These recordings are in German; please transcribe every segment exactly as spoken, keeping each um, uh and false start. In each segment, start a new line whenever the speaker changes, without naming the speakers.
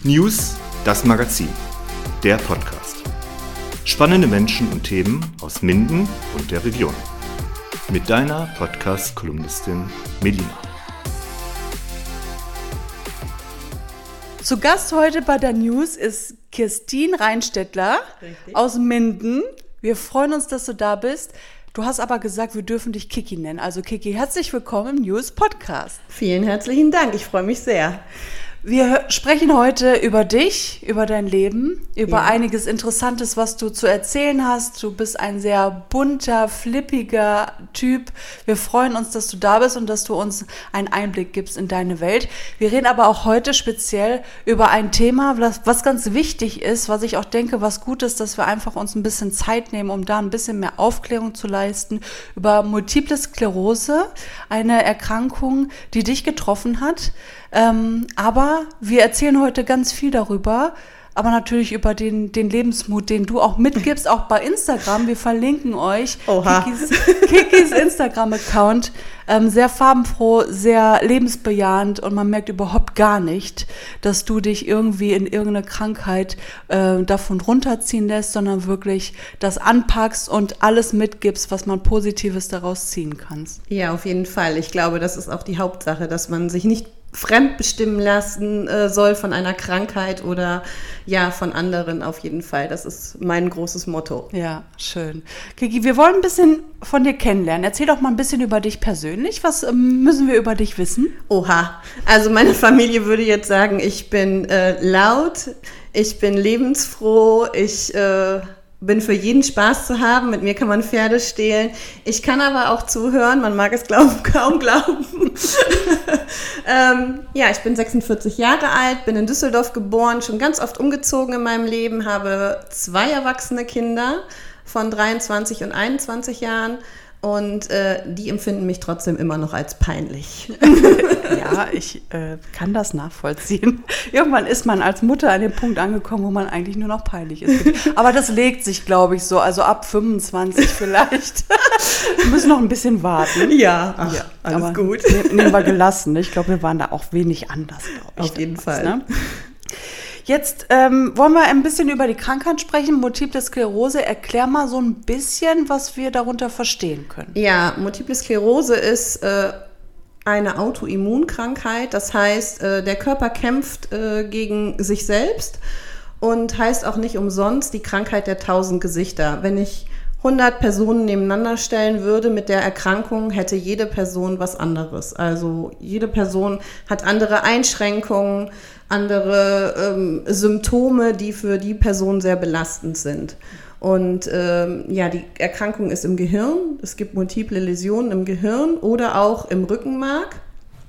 News, das Magazin, der Podcast. Spannende Menschen und Themen aus Minden und der Region. Mit deiner Podcast-Kolumnistin Melina.
Zu Gast heute bei der News ist Kirstin Reinstettler Richtig. Aus Minden. Wir freuen uns, dass du da bist. Du hast aber gesagt, wir dürfen dich Kiki nennen. Also Kiki, herzlich willkommen im News Podcast.
Vielen herzlichen Dank, ich freue mich sehr.
Wir sprechen heute über dich, über dein Leben, über ja. einiges Interessantes, was du zu erzählen hast. Du bist ein sehr bunter, flippiger Typ. Wir freuen uns, dass du da bist und dass du uns einen Einblick gibst in deine Welt. Wir reden aber auch heute speziell über ein Thema, was, was ganz wichtig ist, was ich auch denke, was gut ist, dass wir einfach uns ein bisschen Zeit nehmen, um da ein bisschen mehr Aufklärung zu leisten, über Multiple Sklerose, eine Erkrankung, die dich getroffen hat. Ähm, aber wir erzählen heute ganz viel darüber, aber natürlich über den, den Lebensmut, den du auch mitgibst, auch bei Instagram. Wir verlinken euch Kikis, Kikis Instagram-Account. Ähm, sehr farbenfroh, sehr lebensbejahend und man merkt überhaupt gar nicht, dass du dich irgendwie in irgendeine Krankheit äh, davon runterziehen lässt, sondern wirklich das anpackst und alles mitgibst, was man Positives daraus ziehen kann.
Ja, auf jeden Fall. Ich glaube, das ist auch die Hauptsache, dass man sich nicht fremdbestimmen lassen äh, soll von einer Krankheit oder ja von anderen auf jeden Fall. Das ist mein großes Motto.
Ja, schön. Kiki, wir wollen ein bisschen von dir kennenlernen. Erzähl doch mal ein bisschen über dich persönlich. Was ähm, müssen wir über dich wissen?
Oha, also meine Familie würde jetzt sagen, ich bin äh, laut, ich bin lebensfroh, ich äh, bin für jeden Spaß zu haben, mit mir kann man Pferde stehlen. Ich kann aber auch zuhören, man mag es glauben, kaum glauben. ähm, ja, ich bin sechsundvierzig Jahre alt, bin in Düsseldorf geboren, schon ganz oft umgezogen in meinem Leben, habe zwei erwachsene Kinder von dreiundzwanzig und einundzwanzig Jahren. Und äh, die empfinden mich trotzdem immer noch als peinlich.
Ja, ich äh, kann das nachvollziehen. Irgendwann ist man als Mutter an dem Punkt angekommen, wo man eigentlich nur noch peinlich ist. Aber das legt sich, glaube ich, so. Also ab fünfundzwanzig vielleicht. Wir müssen noch ein bisschen warten.
Ja, ach, ja alles
aber
gut.
Nehmen wir gelassen. Ich glaube, wir waren da auch wenig anders, glaube ich.
Auf jeden
damals,
Fall.
Ne? Jetzt ähm, wollen wir ein bisschen über die Krankheit sprechen, Multiple Sklerose. Erklär mal so ein bisschen, was wir darunter verstehen können.
Ja, Multiple Sklerose ist äh, eine Autoimmunkrankheit. Das heißt, äh, der Körper kämpft äh, gegen sich selbst und heißt auch nicht umsonst die Krankheit der tausend Gesichter. Wenn ich hundert Personen nebeneinander stellen würde mit der Erkrankung, hätte jede Person was anderes. Also jede Person hat andere Einschränkungen, andere ähm, Symptome, die für die Person sehr belastend sind. Und ähm, ja, die Erkrankung ist im Gehirn. Es gibt multiple Läsionen im Gehirn oder auch im Rückenmark.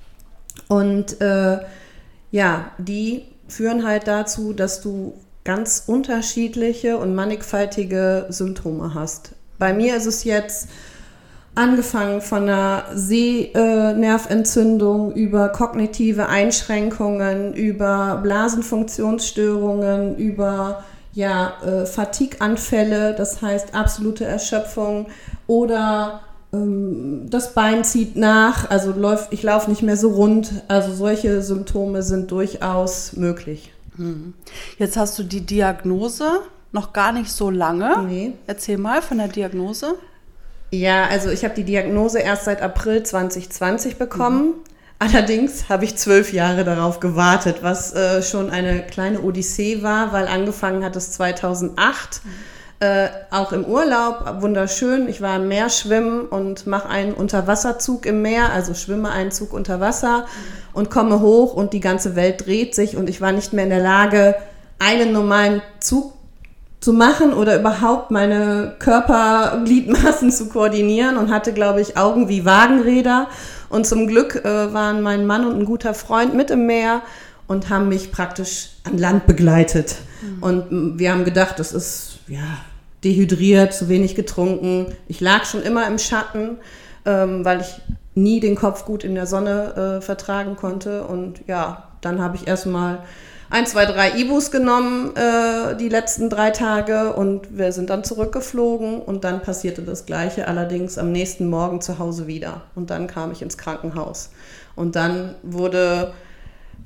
Und äh, ja, die führen halt dazu, dass du ganz unterschiedliche und mannigfaltige Symptome hast. Bei mir ist es jetzt angefangen von einer Sehnerventzündung über kognitive Einschränkungen, über Blasenfunktionsstörungen, über ja, äh, Fatigue-Anfälle, das heißt absolute Erschöpfung oder ähm, das Bein zieht nach, also läuft, ich laufe nicht mehr so rund. Also solche Symptome sind durchaus möglich.
Jetzt hast du die Diagnose noch gar nicht so lange.
Nee.
Erzähl mal von der Diagnose.
Ja, also ich habe die Diagnose erst seit April zwanzig zwanzig bekommen. Mhm. Allerdings habe ich zwölf Jahre darauf gewartet, was äh, schon eine kleine Odyssee war, weil angefangen hat es zweitausendacht. Mhm. Äh, auch im Urlaub, wunderschön. Ich war im Meer schwimmen und mache einen Unterwasserzug im Meer, also schwimme einen Zug unter Wasser mhm. und komme hoch und die ganze Welt dreht sich und ich war nicht mehr in der Lage, einen normalen Zug zu machen oder überhaupt meine Körpergliedmaßen zu koordinieren und hatte, glaube ich, Augen wie Wagenräder. Und zum Glück äh, waren mein Mann und ein guter Freund mit im Meer und haben mich praktisch an Land begleitet. Mhm. Und wir haben gedacht, das ist ja dehydriert, zu wenig getrunken. Ich lag schon immer im Schatten, ähm, weil ich nie den Kopf gut in der Sonne äh, vertragen konnte. Und ja, dann habe ich erstmal ein, zwei, drei Ibus genommen äh, die letzten drei Tage und wir sind dann zurückgeflogen und dann passierte das Gleiche, allerdings am nächsten Morgen zu Hause wieder. Und dann kam ich ins Krankenhaus. Und dann wurde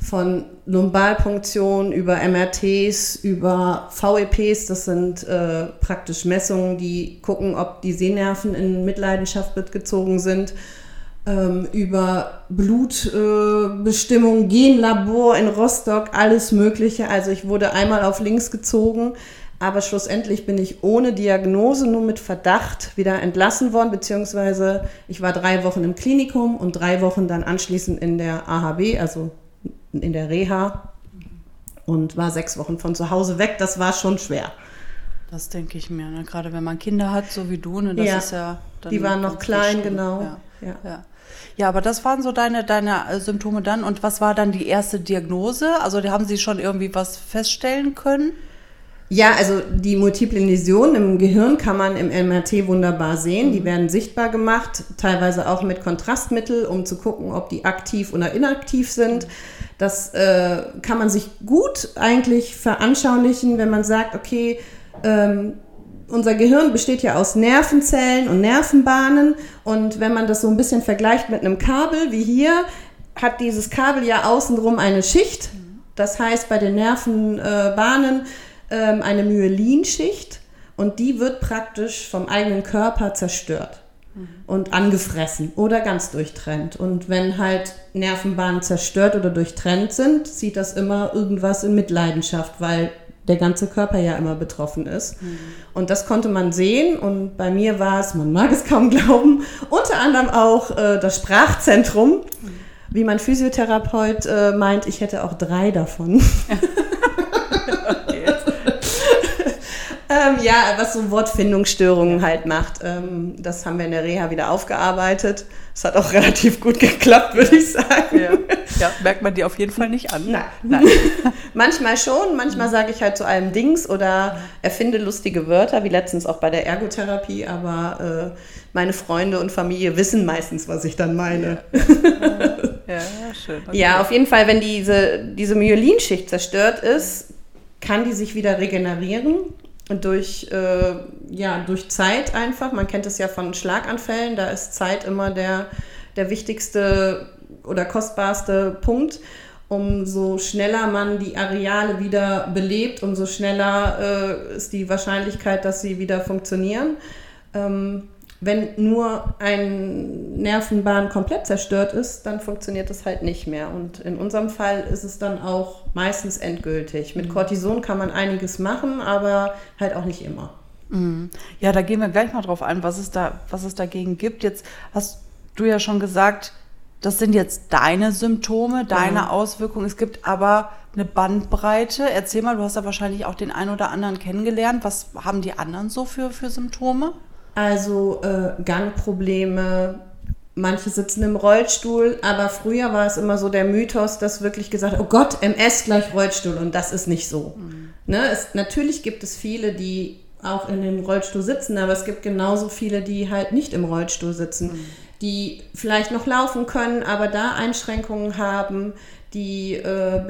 von Lumbalpunktion über M R Ts, über V E Ps, das sind äh, praktisch Messungen, die gucken, ob die Sehnerven in Mitleidenschaft gezogen sind, ähm, über Blutbestimmung, äh, Genlabor in Rostock, alles Mögliche. Also ich wurde einmal auf links gezogen, aber schlussendlich bin ich ohne Diagnose, nur mit Verdacht wieder entlassen worden, beziehungsweise ich war drei Wochen im Klinikum und drei Wochen dann anschließend in der A H B, also in der Reha, und war sechs Wochen von zu Hause weg. Das war schon schwer.
Das denke ich mir, ne? Gerade wenn man Kinder hat, so wie du, ne? Das
ja,
ist ja dann
die waren noch klein, genau.
Ja. Ja. Ja. Ja, aber das waren so deine, deine Symptome dann. Und was war dann die erste Diagnose? Also haben Sie schon irgendwie was feststellen können?
Ja, also die multiplen Läsionen im Gehirn kann man im M R T wunderbar sehen. Mhm. Die werden sichtbar gemacht, teilweise auch mit Kontrastmittel, um zu gucken, ob die aktiv oder inaktiv sind. Das äh, kann man sich gut eigentlich veranschaulichen, wenn man sagt, okay, ähm, unser Gehirn besteht ja aus Nervenzellen und Nervenbahnen, und wenn man das so ein bisschen vergleicht mit einem Kabel wie hier, hat dieses Kabel ja außenrum eine Schicht. Das heißt bei den Nervenbahnen äh, eine Myelinschicht, und die wird praktisch vom eigenen Körper zerstört mhm. und angefressen oder ganz durchtrennt. Und wenn halt Nervenbahnen zerstört oder durchtrennt sind, zieht das immer irgendwas in Mitleidenschaft, weil der ganze Körper ja immer betroffen ist. Mhm. Und das konnte man sehen, und bei mir war es, man mag es kaum glauben, unter anderem auch äh, das Sprachzentrum, mhm. wie mein Physiotherapeut äh, meint, ich hätte auch drei davon. Okay. ähm, ja, was so Wortfindungsstörungen halt macht, ähm, das haben wir in der Reha wieder aufgearbeitet. Es hat auch relativ gut geklappt, würde ich sagen.
Ja. Ja, merkt man die auf jeden Fall nicht an.
Nein. Nein. Manchmal schon, manchmal sage ich halt zu allem Dings oder erfinde lustige Wörter, wie letztens auch bei der Ergotherapie, aber äh, meine Freunde und Familie wissen meistens, was ich dann meine.
Ja, ja, schön. Okay.
Ja, auf jeden Fall, wenn diese, diese Myelinschicht zerstört ist, kann die sich wieder regenerieren. Und durch, äh, ja, durch Zeit einfach, man kennt es ja von Schlaganfällen, da ist Zeit immer der, der wichtigste oder kostbarste Punkt. Umso schneller man die Areale wieder belebt, umso schneller äh, ist die Wahrscheinlichkeit, dass sie wieder funktionieren. Ähm, wenn nur eine Nervenbahn komplett zerstört ist, dann funktioniert das halt nicht mehr. Und in unserem Fall ist es dann auch meistens endgültig. Mit Cortison kann man einiges machen, aber halt auch nicht immer.
Ja, da gehen wir gleich mal drauf ein, was es da, was es dagegen gibt. Jetzt hast du ja schon gesagt, das sind jetzt deine Symptome, deine ja. Auswirkungen. Es gibt aber eine Bandbreite. Erzähl mal, du hast ja wahrscheinlich auch den einen oder anderen kennengelernt. Was haben die anderen so für, für Symptome?
Also äh, Gangprobleme, manche sitzen im Rollstuhl, aber früher war es immer so der Mythos, dass wirklich gesagt, oh Gott, M S gleich Rollstuhl, und das ist nicht so. Mhm. Ne, es, natürlich gibt es viele, die auch in dem Rollstuhl sitzen, aber es gibt genauso viele, die halt nicht im Rollstuhl sitzen, mhm. die vielleicht noch laufen können, aber da Einschränkungen haben, die äh,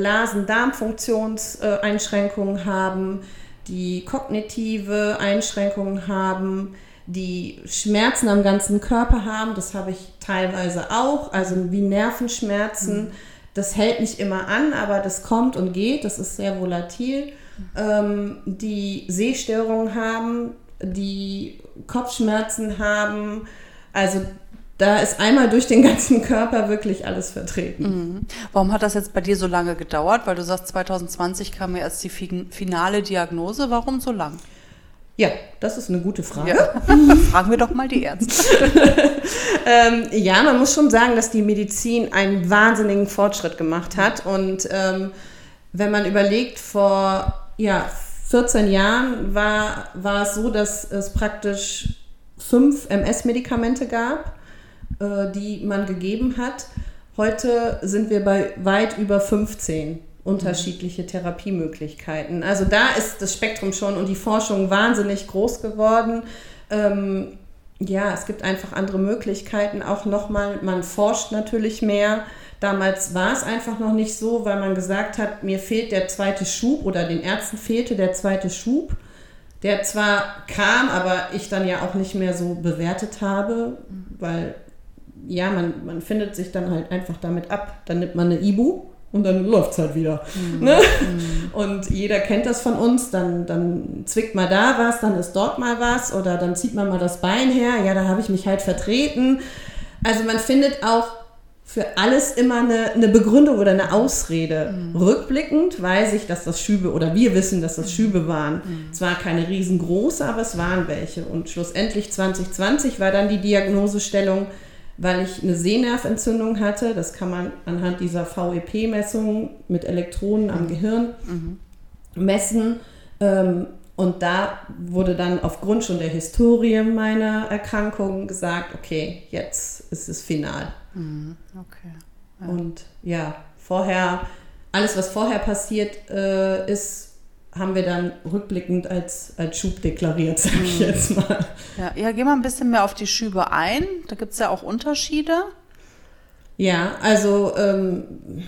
Blasen-Darm-Funktionseinschränkungen äh, haben, die kognitive Einschränkungen haben, die Schmerzen am ganzen Körper haben, das habe ich teilweise auch, also wie Nervenschmerzen, mhm. das hält nicht immer an, aber das kommt und geht, das ist sehr volatil, mhm. ähm, die Sehstörungen haben, die Kopfschmerzen haben, also da ist einmal durch den ganzen Körper wirklich alles vertreten.
Mhm. Warum hat das jetzt bei dir so lange gedauert? Weil du sagst, zwanzig zwanzig kam ja erst die finale Diagnose. Warum so lang?
Ja, das ist eine gute Frage.
Ja. Fragen wir doch mal die Ärzte.
ähm, ja, man muss schon sagen, dass die Medizin einen wahnsinnigen Fortschritt gemacht hat. Und ähm, wenn man überlegt, vor ja, vierzehn Jahren war, war es so, dass es praktisch fünf M S-Medikamente gab, äh, die man gegeben hat. Heute sind wir bei weit über fünfzehn unterschiedliche Therapiemöglichkeiten. Also da ist das Spektrum schon und die Forschung wahnsinnig groß geworden. Ähm, ja, es gibt einfach andere Möglichkeiten. Auch nochmal, man forscht natürlich mehr. Damals war es einfach noch nicht so, weil man gesagt hat, mir fehlt der zweite Schub oder den Ärzten fehlte der zweite Schub, der zwar kam, aber ich dann ja auch nicht mehr so bewertet habe, weil ja, man, man findet sich dann halt einfach damit ab. Dann nimmt man eine Ibu und dann läuft es halt wieder. Mhm. Ne? Mhm. Und jeder kennt das von uns, dann, dann zwickt mal da was, dann ist dort mal was oder dann zieht man mal das Bein her, ja, da habe ich mich halt vertreten. Also man findet auch für alles immer eine, eine Begründung oder eine Ausrede. Mhm. Rückblickend weiß ich, dass das Schübe, oder wir wissen, dass das Schübe waren. Mhm. Zwar keine riesengroße, aber es waren welche. Und schlussendlich zwanzig zwanzig war dann die Diagnosestellung, weil ich eine Sehnerventzündung hatte. Das kann man anhand dieser V E P-Messung mit Elektronen am Gehirn mhm. messen. Und da wurde dann aufgrund schon der Historie meiner Erkrankung gesagt, okay, jetzt ist es final. Mhm. Okay. Ja. Und ja, vorher, alles was vorher passiert äh, ist, haben wir dann rückblickend als, als Schub deklariert, sag ich mhm. jetzt mal.
Ja, ja, geh mal ein bisschen mehr auf die Schübe ein. Da gibt es ja auch Unterschiede.
Ja, also ähm,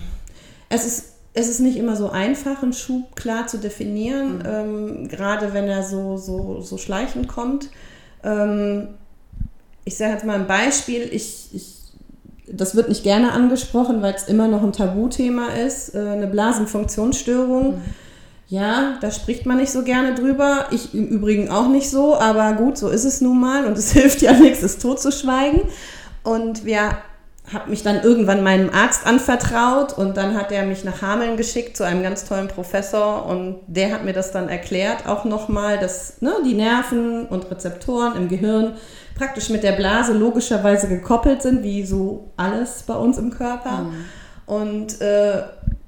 es ist Es ist nicht immer so einfach, einen Schub klar zu definieren, mhm. ähm, gerade wenn er so, so, so schleichend kommt. Ähm, ich sage jetzt mal ein Beispiel, ich, ich, das wird nicht gerne angesprochen, weil es immer noch ein Tabuthema ist, äh, eine Blasenfunktionsstörung. Mhm. Ja, da spricht man nicht so gerne drüber, ich im Übrigen auch nicht so, aber gut, so ist es nun mal und es hilft ja nichts, es totzuschweigen. Und wir habe mich dann irgendwann meinem Arzt anvertraut und dann hat er mich nach Hameln geschickt zu einem ganz tollen Professor und der hat mir das dann erklärt, auch nochmal, dass ne, die Nerven und Rezeptoren im Gehirn praktisch mit der Blase logischerweise gekoppelt sind, wie so alles bei uns im Körper. Mhm. Und äh,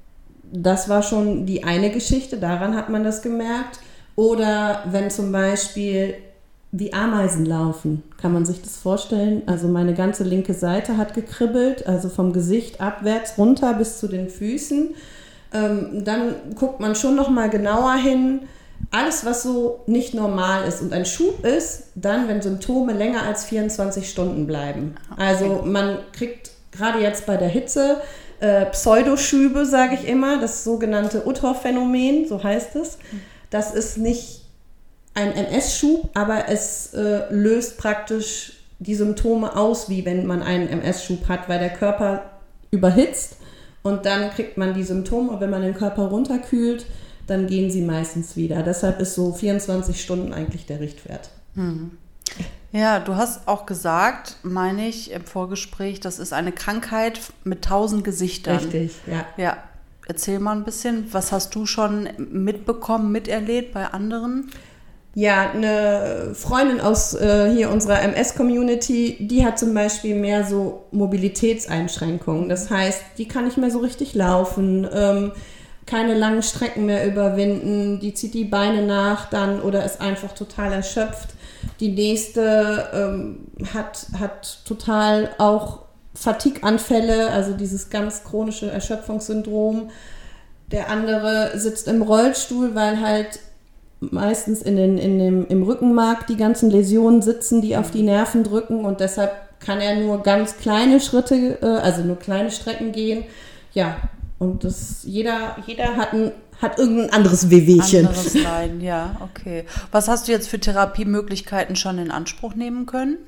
das war schon die eine Geschichte, daran hat man das gemerkt. Oder wenn zum Beispiel wie Ameisen laufen, kann man sich das vorstellen? Also meine ganze linke Seite hat gekribbelt, also vom Gesicht abwärts runter bis zu den Füßen. Ähm, dann guckt man schon noch mal genauer hin. Alles, was so nicht normal ist und ein Schub ist, dann, wenn Symptome länger als vierundzwanzig Stunden bleiben. Also man kriegt gerade jetzt bei der Hitze äh, Pseudoschübe, sage ich immer, das sogenannte Uthoff-Phänomen, so heißt es. Das ist nicht ein M S-Schub, aber es äh, löst praktisch die Symptome aus, wie wenn man einen M S-Schub hat, weil der Körper überhitzt und dann kriegt man die Symptome und wenn man den Körper runterkühlt, dann gehen sie meistens wieder. Deshalb ist so vierundzwanzig Stunden eigentlich der Richtwert.
Hm. Ja, du hast auch gesagt, meine ich im Vorgespräch, das ist eine Krankheit mit tausend Gesichtern.
Richtig, ja.
Ja, erzähl mal ein bisschen, was hast du schon mitbekommen, miterlebt bei anderen?
Ja, eine Freundin aus äh, hier unserer M S-Community, die hat zum Beispiel mehr so Mobilitätseinschränkungen. Das heißt, die kann nicht mehr so richtig laufen, ähm, keine langen Strecken mehr überwinden, die zieht die Beine nach dann oder ist einfach total erschöpft. Die nächste ähm, hat, hat total auch Fatigue-Anfälle, also dieses ganz chronische Erschöpfungssyndrom. Der andere sitzt im Rollstuhl, weil halt meistens in den, in dem, im Rückenmark die ganzen Läsionen sitzen, die auf die Nerven drücken und deshalb kann er nur ganz kleine Schritte, äh, also nur kleine Strecken gehen. Ja, und das, jeder, jeder hat, ein, hat irgendein anderes Wehwehchen.
Anderes Leiden, ja, okay. Was hast du jetzt für Therapiemöglichkeiten schon in Anspruch nehmen können?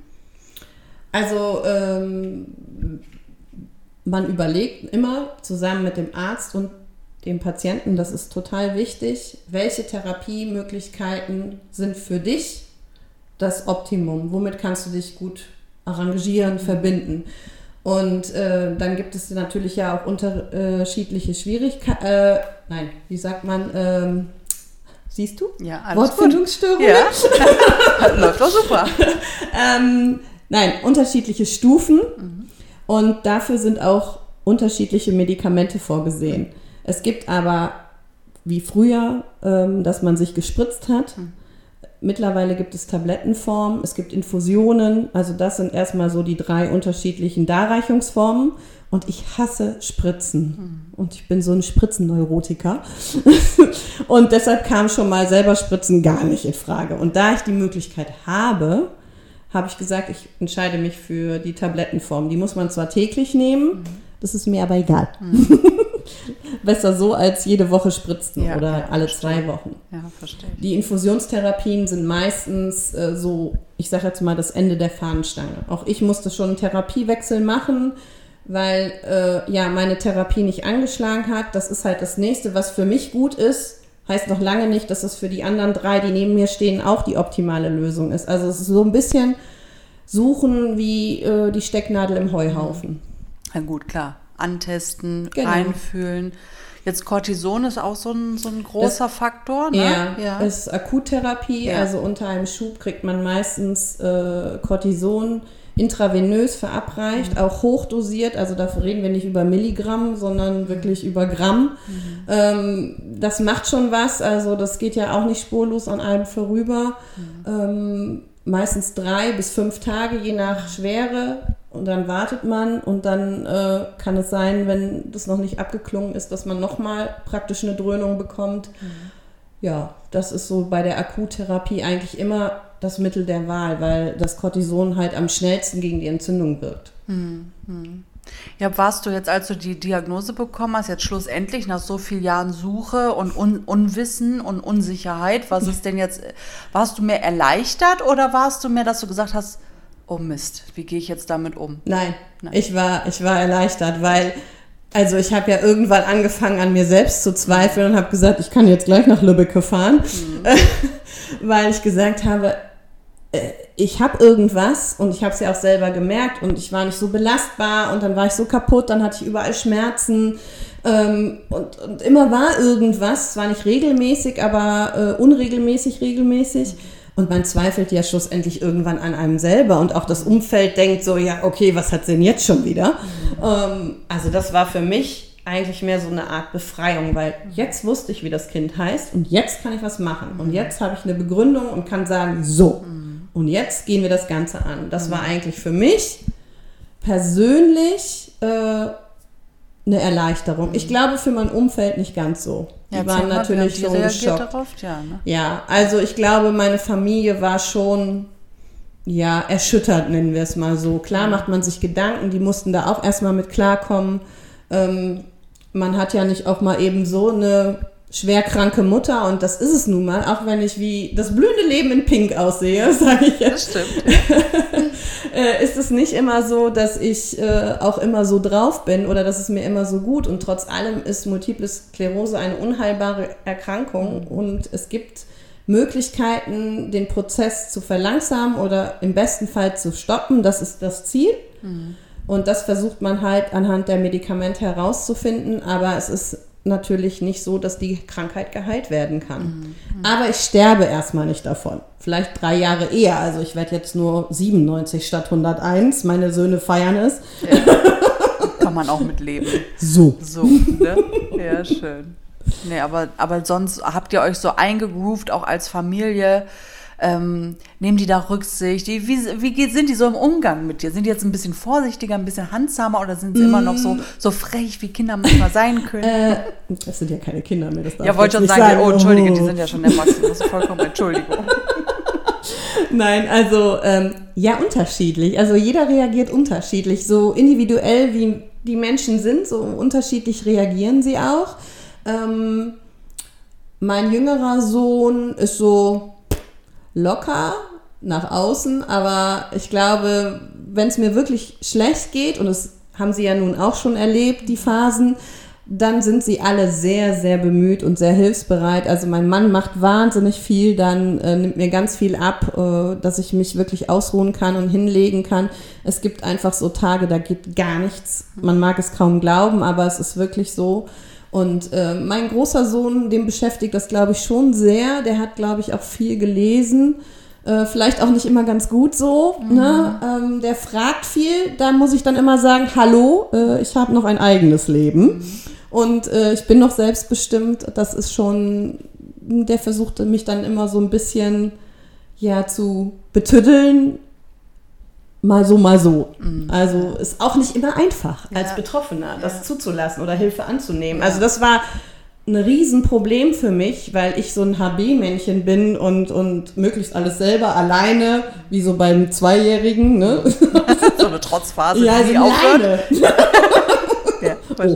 Also ähm, man überlegt immer zusammen mit dem Arzt und dem Patienten, das ist total wichtig, welche Therapiemöglichkeiten sind für dich das Optimum, womit kannst du dich gut arrangieren, mhm. verbinden. Und äh, dann gibt es natürlich ja auch unterschiedliche Schwierigkeiten, äh, nein, wie sagt man, ähm, siehst du?
Ja, alles
Wortfindungsstörungen?
Ja, läuft doch super.
ähm, nein, unterschiedliche Stufen mhm. und dafür sind auch unterschiedliche Medikamente vorgesehen. Es gibt aber, wie früher, ähm, dass man sich gespritzt hat. Mhm. Mittlerweile gibt es Tablettenformen, es gibt Infusionen. Also das sind erstmal so die drei unterschiedlichen Darreichungsformen. Und ich hasse Spritzen. Mhm. Und ich bin so ein Spritzenneurotiker. Und deshalb kam schon mal selber Spritzen gar nicht in Frage. Und da ich die Möglichkeit habe, habe ich gesagt, ich entscheide mich für die Tablettenform. Die muss man zwar täglich nehmen, mhm. das ist mir aber egal. Mhm. Besser so, als jede Woche spritzen ja, oder ja, alle verstehe. zwei Wochen.
Ja, verstehe.
Die Infusionstherapien sind meistens äh, so, ich sage jetzt mal, das Ende der Fahnenstange. Auch ich musste schon einen Therapiewechsel machen, weil äh, ja meine Therapie nicht angeschlagen hat. Das ist halt das Nächste, was für mich gut ist. Heißt noch lange nicht, dass es für die anderen drei, die neben mir stehen, auch die optimale Lösung ist. Also es ist so ein bisschen suchen wie äh, die Stecknadel im Heuhaufen.
Na gut, klar. Antesten,
Genau.
Reinfühlen. Jetzt Cortison ist auch so ein, so ein großer das, Faktor, ne?
Ja, ja, ist Akuttherapie. Ja. Also unter einem Schub kriegt man meistens äh, Cortison intravenös verabreicht, mhm. auch hochdosiert. Also dafür reden wir nicht über Milligramm, sondern wirklich über Gramm. Mhm. Ähm, das macht schon was. Also das geht ja auch nicht spurlos an einem vorüber. Mhm. Ähm, meistens drei bis fünf Tage, je nach Schwere. Und dann wartet man und dann äh, kann es sein, wenn das noch nicht abgeklungen ist, dass man nochmal praktisch eine Dröhnung bekommt. Mhm. Ja, das ist so bei der Akuttherapie eigentlich immer das Mittel der Wahl, weil das Cortison halt am schnellsten gegen die Entzündung wirkt.
Mhm. Ja, warst du jetzt, als du die Diagnose bekommen hast, jetzt schlussendlich nach so vielen Jahren Suche und Un- Unwissen und Unsicherheit, was ist denn jetzt, warst du mehr erleichtert oder warst du mehr, dass du gesagt hast, oh Mist, wie gehe ich jetzt damit um?
Nein, Nein. Ich war, ich war erleichtert, weil, also ich habe ja irgendwann angefangen an mir selbst zu zweifeln und habe gesagt, ich kann jetzt gleich nach Lübbecke fahren, mhm. weil ich gesagt habe, ich habe irgendwas und ich habe es ja auch selber gemerkt und ich war nicht so belastbar und dann war ich so kaputt, dann hatte ich überall Schmerzen ähm, und, und immer war irgendwas, zwar nicht regelmäßig, aber äh, unregelmäßig, regelmäßig. Und man zweifelt ja schlussendlich irgendwann an einem selber und auch das Umfeld denkt so, ja, okay, was hat sie denn jetzt schon wieder? Mhm. Ähm, also das war für mich eigentlich mehr so eine Art Befreiung, weil jetzt wusste ich, wie das Kind heißt und jetzt kann ich was machen. Und jetzt habe ich eine Begründung und kann sagen, so, und jetzt gehen wir das Ganze an. Das war eigentlich für mich persönlich äh, eine Erleichterung. Ich glaube, für mein Umfeld nicht ganz so. Die ja, waren natürlich die schon geschockt. Darauf? Ja, ne? Ja, also ich glaube, meine Familie war schon ja erschüttert, nennen wir es mal so. Klar macht man sich Gedanken, die mussten da auch erstmal mit klarkommen. Ähm, man hat ja nicht auch mal eben so eine schwerkranke Mutter und das ist es nun mal, auch wenn ich wie das blühende Leben in Pink aussehe, sage ich jetzt. Das stimmt. äh, ist es nicht immer so, dass ich äh, auch immer so drauf bin oder dass es mir immer so gut und trotz allem ist Multiple Sklerose eine unheilbare Erkrankung mhm. und es gibt Möglichkeiten, den Prozess zu verlangsamen oder im besten Fall zu stoppen, das ist das Ziel. Mhm. Und das versucht man halt anhand der Medikamente herauszufinden, aber es ist natürlich nicht so, dass die Krankheit geheilt werden kann. Mhm. Aber ich sterbe erstmal nicht davon. Vielleicht drei Jahre eher. Also ich werde jetzt nur siebenundneunzig statt hunderteins. Meine Söhne feiern es.
Ja. Kann man auch mit leben.
So.
So, ne? Ja, schön. Nee, aber, aber sonst habt ihr euch so eingegroovt, auch als Familie. Ähm, nehmen die da Rücksicht? Die, wie wie geht, sind die so im Umgang mit dir? Sind die jetzt ein bisschen vorsichtiger, ein bisschen handsamer oder sind sie mm. immer noch so, so frech, wie Kinder manchmal sein können?
Äh, das sind ja keine Kinder mehr. Das darf
ja, wollte schon sagen, sagen, oh, entschuldige, die sind ja schon erwachsen. Das ist vollkommen Entschuldigung.
Nein, also ähm, ja, unterschiedlich. Also jeder reagiert unterschiedlich. So individuell wie die Menschen sind, so unterschiedlich reagieren sie auch. Ähm, mein jüngerer Sohn ist so locker nach außen, aber ich glaube, wenn es mir wirklich schlecht geht, und das haben sie ja nun auch schon erlebt, die Phasen, dann sind sie alle sehr, sehr bemüht und sehr hilfsbereit. Also mein Mann macht wahnsinnig viel, dann äh, nimmt mir ganz viel ab, äh, dass ich mich wirklich ausruhen kann und hinlegen kann. Es gibt einfach so Tage, da geht gar nichts. Man mag es kaum glauben, aber es ist wirklich so. Und äh, mein großer Sohn, dem beschäftigt das, glaube ich, schon sehr. Der hat, glaube ich, auch viel gelesen. Äh, vielleicht auch nicht immer ganz gut so. Mhm. Ne? Ähm, der fragt viel. Da muss ich dann immer sagen, hallo, äh, ich habe noch ein eigenes Leben. Mhm. Und äh, ich bin noch selbstbestimmt. Das ist schon, der versuchte mich dann immer so ein bisschen ja, zu betüddeln. Mal so, mal so. Mhm. Also ist auch nicht immer einfach als ja. Betroffener, das ja. zuzulassen oder Hilfe anzunehmen. Ja. Also das war ein Riesenproblem für mich, weil ich so ein H B-Männchen bin und, und möglichst alles selber alleine, wie so beim Zweijährigen. Ne?
So eine Trotzphase,
ja, die nie aufhört.
Ja,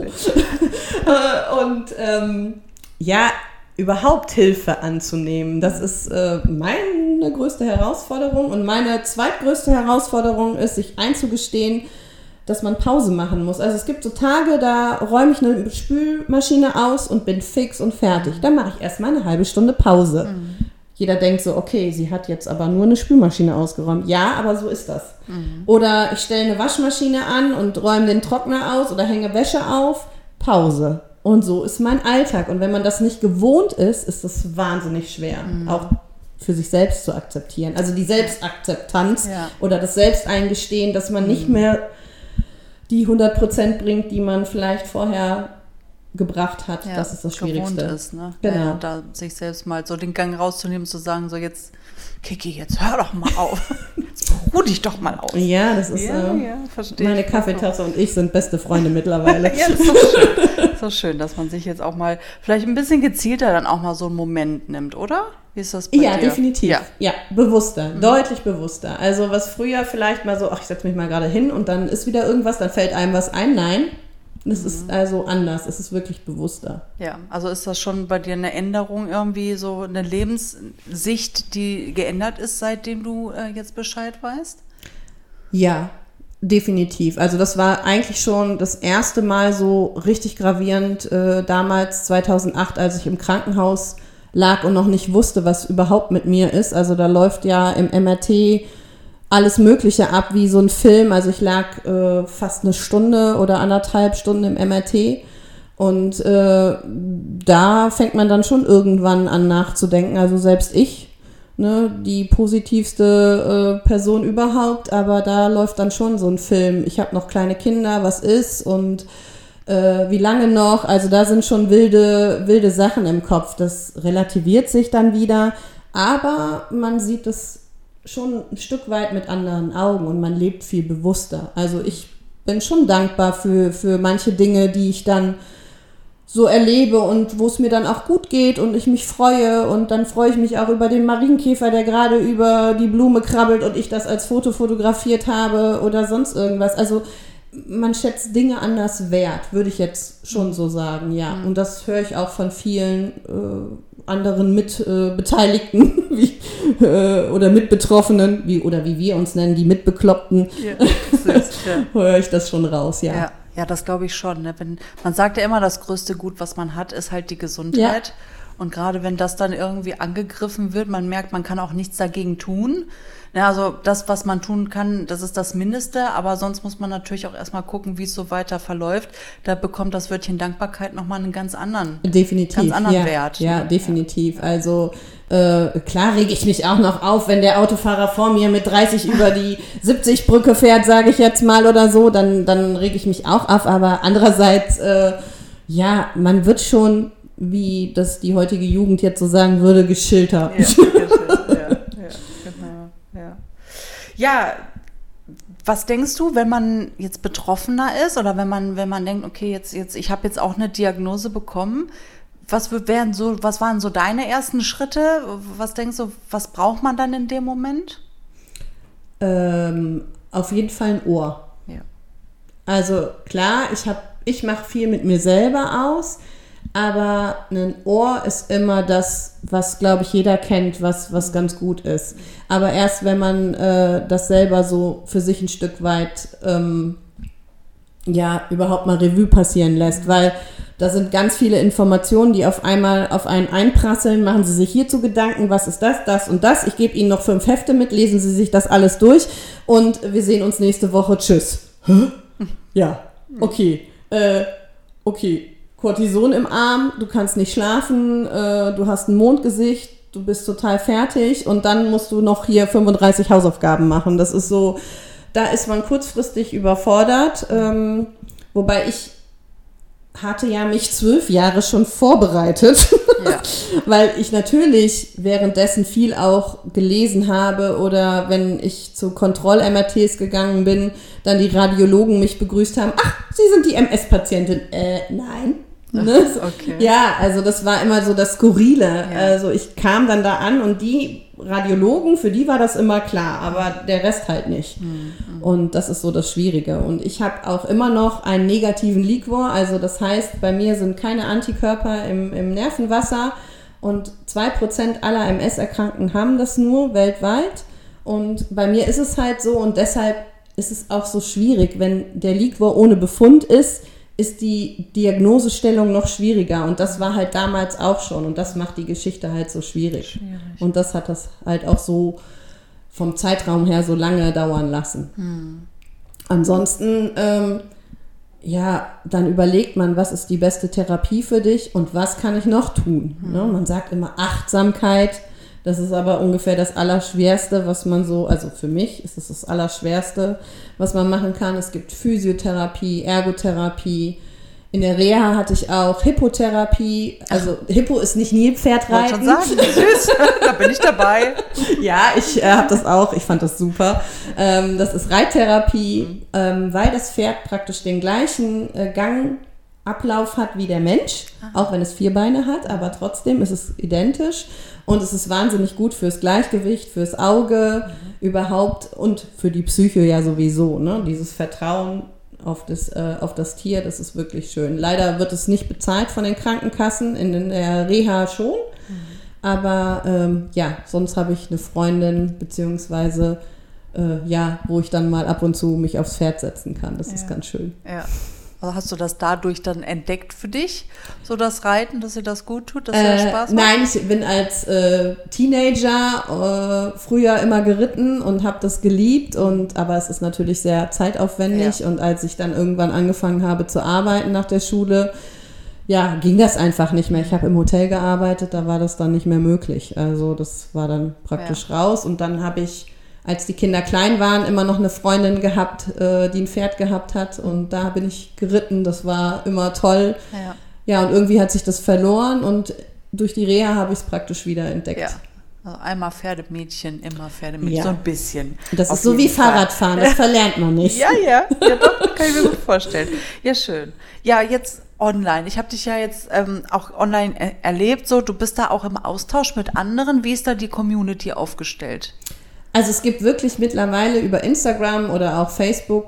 oh. Und ähm, ja, überhaupt Hilfe anzunehmen, das ist äh, meine größte Herausforderung und meine zweitgrößte Herausforderung ist, sich einzugestehen, dass man Pause machen muss. Also es gibt so Tage, da räume ich eine Spülmaschine aus und bin fix und fertig. Dann mache ich erstmal eine halbe Stunde Pause. Mhm. Jeder denkt so, okay, sie hat jetzt aber nur eine Spülmaschine ausgeräumt. Ja, aber so ist das. Mhm. Oder ich stelle eine Waschmaschine an und räume den Trockner aus oder hänge Wäsche auf. Pause. Und so ist mein Alltag. Und wenn man das nicht gewohnt ist, ist das wahnsinnig schwer. Mhm. Auch für sich selbst zu akzeptieren. Also die Selbstakzeptanz ja. oder das Selbsteingestehen, dass man nicht mehr die hundert Prozent bringt, die man vielleicht vorher gebracht hat. Ja, das ist das Schwierigste.
Gewohnt ist, ne?
Genau.
Ja, da sich selbst mal so den Gang rauszunehmen und zu sagen, so jetzt, Kiki, jetzt hör doch mal auf. Jetzt beruh dich doch mal aus.
Ja, das ist
ja,
äh,
ja, verstehe
meine
ich.
Kaffeetasse und ich sind beste Freunde mittlerweile.
Ja, das ist doch schön. Das ist doch schön, dass man sich jetzt auch mal vielleicht ein bisschen gezielter dann auch mal so einen Moment nimmt, oder? Wie ist das bei
ja,
dir?
definitiv. Ja, ja bewusster, mhm. deutlich bewusster. Also was früher vielleicht mal so, ach, ich setze mich mal gerade hin und dann ist wieder irgendwas, dann fällt einem was ein. Nein, das mhm. ist also anders. Es ist wirklich bewusster.
Ja, also ist das schon bei dir eine Änderung irgendwie, so eine Lebenssicht, die geändert ist, seitdem du äh, jetzt Bescheid weißt?
Ja, definitiv. Also das war eigentlich schon das erste Mal so richtig gravierend äh, damals zweitausendacht, als ich im Krankenhaus lag und noch nicht wusste, was überhaupt mit mir ist. Also da läuft ja im M R T alles Mögliche ab, wie so ein Film. Also ich lag äh, fast eine Stunde oder anderthalb Stunden im M R T und äh, da fängt man dann schon irgendwann an nachzudenken. Also selbst ich, ne, die positivste äh, Person überhaupt, aber da läuft dann schon so ein Film. Ich habe noch kleine Kinder, was ist und Äh, wie lange noch, also da sind schon wilde, wilde Sachen im Kopf, das relativiert sich dann wieder, aber man sieht es schon ein Stück weit mit anderen Augen und man lebt viel bewusster. Also ich bin schon dankbar für, für manche Dinge, die ich dann so erlebe und wo es mir dann auch gut geht und ich mich freue und dann freue ich mich auch über den Marienkäfer, der gerade über die Blume krabbelt und ich das als Foto fotografiert habe oder sonst irgendwas. Also man schätzt Dinge anders wert, würde ich jetzt schon so sagen, ja. Mhm. Und das höre ich auch von vielen äh, anderen Mitbeteiligten äh, wie, äh, oder Mitbetroffenen, wie, oder wie wir uns nennen, die Mitbekloppten, ja, ja. höre ich das schon raus, ja.
Ja, ja, das glaube ich schon. Ne? Wenn, man sagt ja immer, das größte Gut, was man hat, ist halt die Gesundheit. Ja. Und gerade wenn das dann irgendwie angegriffen wird, man merkt, man kann auch nichts dagegen tun. Ja, also das, was man tun kann, das ist das Mindeste, aber sonst muss man natürlich auch erstmal gucken, wie es so weiter verläuft. Da bekommt das Wörtchen Dankbarkeit nochmal einen ganz anderen,
definitiv,
ganz anderen
ja,
Wert.
Ja,
ne?
definitiv. Also äh, klar rege ich mich auch noch auf, wenn der Autofahrer vor mir mit dreißig über die siebzig Brücke fährt, sage ich jetzt mal oder so, dann, dann rege ich mich auch auf, aber andererseits, äh, ja, man wird schon, wie das die heutige Jugend jetzt so sagen würde, geschiltert.
Ja, geschiltert, ja, ja, genau, ja. Ja, was denkst du, wenn man jetzt Betroffener ist oder wenn man, wenn man denkt, okay, jetzt, jetzt, ich habe jetzt auch eine Diagnose bekommen, was wären so, was waren so deine ersten Schritte? Was denkst du, was braucht man dann in dem Moment?
Ähm, auf jeden Fall ein Ohr.
Ja.
Also klar, ich habe, ich mache viel mit mir selber aus. Aber ein Ohr ist immer das, was, glaube ich, jeder kennt, was, was ganz gut ist. Aber erst, wenn man äh, das selber so für sich ein Stück weit ähm, ja, überhaupt mal Revue passieren lässt, weil da sind ganz viele Informationen, die auf einmal auf einen einprasseln. Machen Sie sich hierzu Gedanken, was ist das, das und das. Ich gebe Ihnen noch fünf Hefte mit, lesen Sie sich das alles durch und wir sehen uns nächste Woche. Tschüss. Hä? Ja, okay. Äh, okay. Cortison im Arm, du kannst nicht schlafen, äh, du hast ein Mondgesicht, du bist total fertig und dann musst du noch hier fünfunddreißig Hausaufgaben machen. Das ist so, da ist man kurzfristig überfordert, ähm, wobei ich hatte ja mich zwölf Jahre schon vorbereitet, ja. weil ich natürlich währenddessen viel auch gelesen habe oder wenn ich zu Kontroll-M R Ts gegangen bin, dann die Radiologen mich begrüßt haben, ach, Sie sind die M S-Patientin. Äh, nein. Ne?
Okay.
Ja, also das war immer so das Skurrile.
Ja.
Also ich kam dann da an und die Radiologen, für die war das immer klar, aber der Rest halt nicht. Mhm. Und das ist so das Schwierige. Und ich habe auch immer noch einen negativen Liquor, also das heißt, bei mir sind keine Antikörper im, im Nervenwasser und zwei Prozent aller M S-Erkrankten haben das nur weltweit. Und bei mir ist es halt so und deshalb ist es auch so schwierig, wenn der Liquor ohne Befund ist, ist die Diagnosestellung noch schwieriger und das war halt damals auch schon und das macht die Geschichte halt so schwierig. schwierig. Und das hat das halt auch so vom Zeitraum her so lange dauern lassen. Hm. Ansonsten, ähm, ja, dann überlegt man, was ist die beste Therapie für dich und was kann ich noch tun? Hm. Ne? Man sagt immer Achtsamkeit, das ist aber ungefähr das Allerschwerste, was man so, also für mich ist es das Allerschwerste, was man machen kann. Es gibt Physiotherapie, Ergotherapie. In der Reha hatte ich auch Hippotherapie. Also Hippo ist nicht Nilpferdreiten.
Ich wollte schon sagen, süß, da bin ich dabei.
Ja, ich äh, habe das auch, ich fand das super. Ähm, das ist Reittherapie, mhm. ähm, weil das Pferd praktisch den gleichen äh, Gangablauf hat wie der Mensch, Aha. auch wenn es vier Beine hat, aber trotzdem ist es identisch. Und es ist wahnsinnig gut fürs Gleichgewicht, fürs Auge mhm. überhaupt und für die Psyche ja sowieso. Ne? Dieses Vertrauen auf das, äh, auf das Tier, das ist wirklich schön. Leider wird es nicht bezahlt von den Krankenkassen, in, in der Reha schon. Mhm. Aber ähm, ja, sonst habe ich eine Freundin, beziehungsweise äh, ja, wo ich dann mal ab und zu mich aufs Pferd setzen kann. Das ja. ist ganz schön.
Ja. Also hast du das dadurch dann entdeckt für dich, so das Reiten, dass dir das gut tut, dass dir das
äh,
Spaß macht?
Nein, ich bin als äh, Teenager äh, früher immer geritten und habe das geliebt, und aber es ist natürlich sehr zeitaufwendig ja. und als ich dann irgendwann angefangen habe zu arbeiten nach der Schule, ja, ging das einfach nicht mehr. Ich habe im Hotel gearbeitet, da war das dann nicht mehr möglich. Also das war dann praktisch ja. raus, und dann habe ich, als die Kinder klein waren, immer noch eine Freundin gehabt, äh, die ein Pferd gehabt hat, und da bin ich geritten, das war immer toll. Ja, ja, und irgendwie hat sich das verloren, und durch die Reha habe ich es praktisch wieder entdeckt.
Ja. Also einmal Pferdemädchen, immer Pferdemädchen, ja. so ein bisschen.
Das ist so wie Fahrradfahren, das verlernt man nicht.
Ja, ja, ja, doch, kann ich mir gut vorstellen. Ja, schön. Ja, jetzt online. Ich habe dich ja jetzt ähm, auch online er- erlebt, so, du bist da auch im Austausch mit anderen. Wie ist da die Community aufgestellt?
Also es gibt wirklich mittlerweile über Instagram oder auch Facebook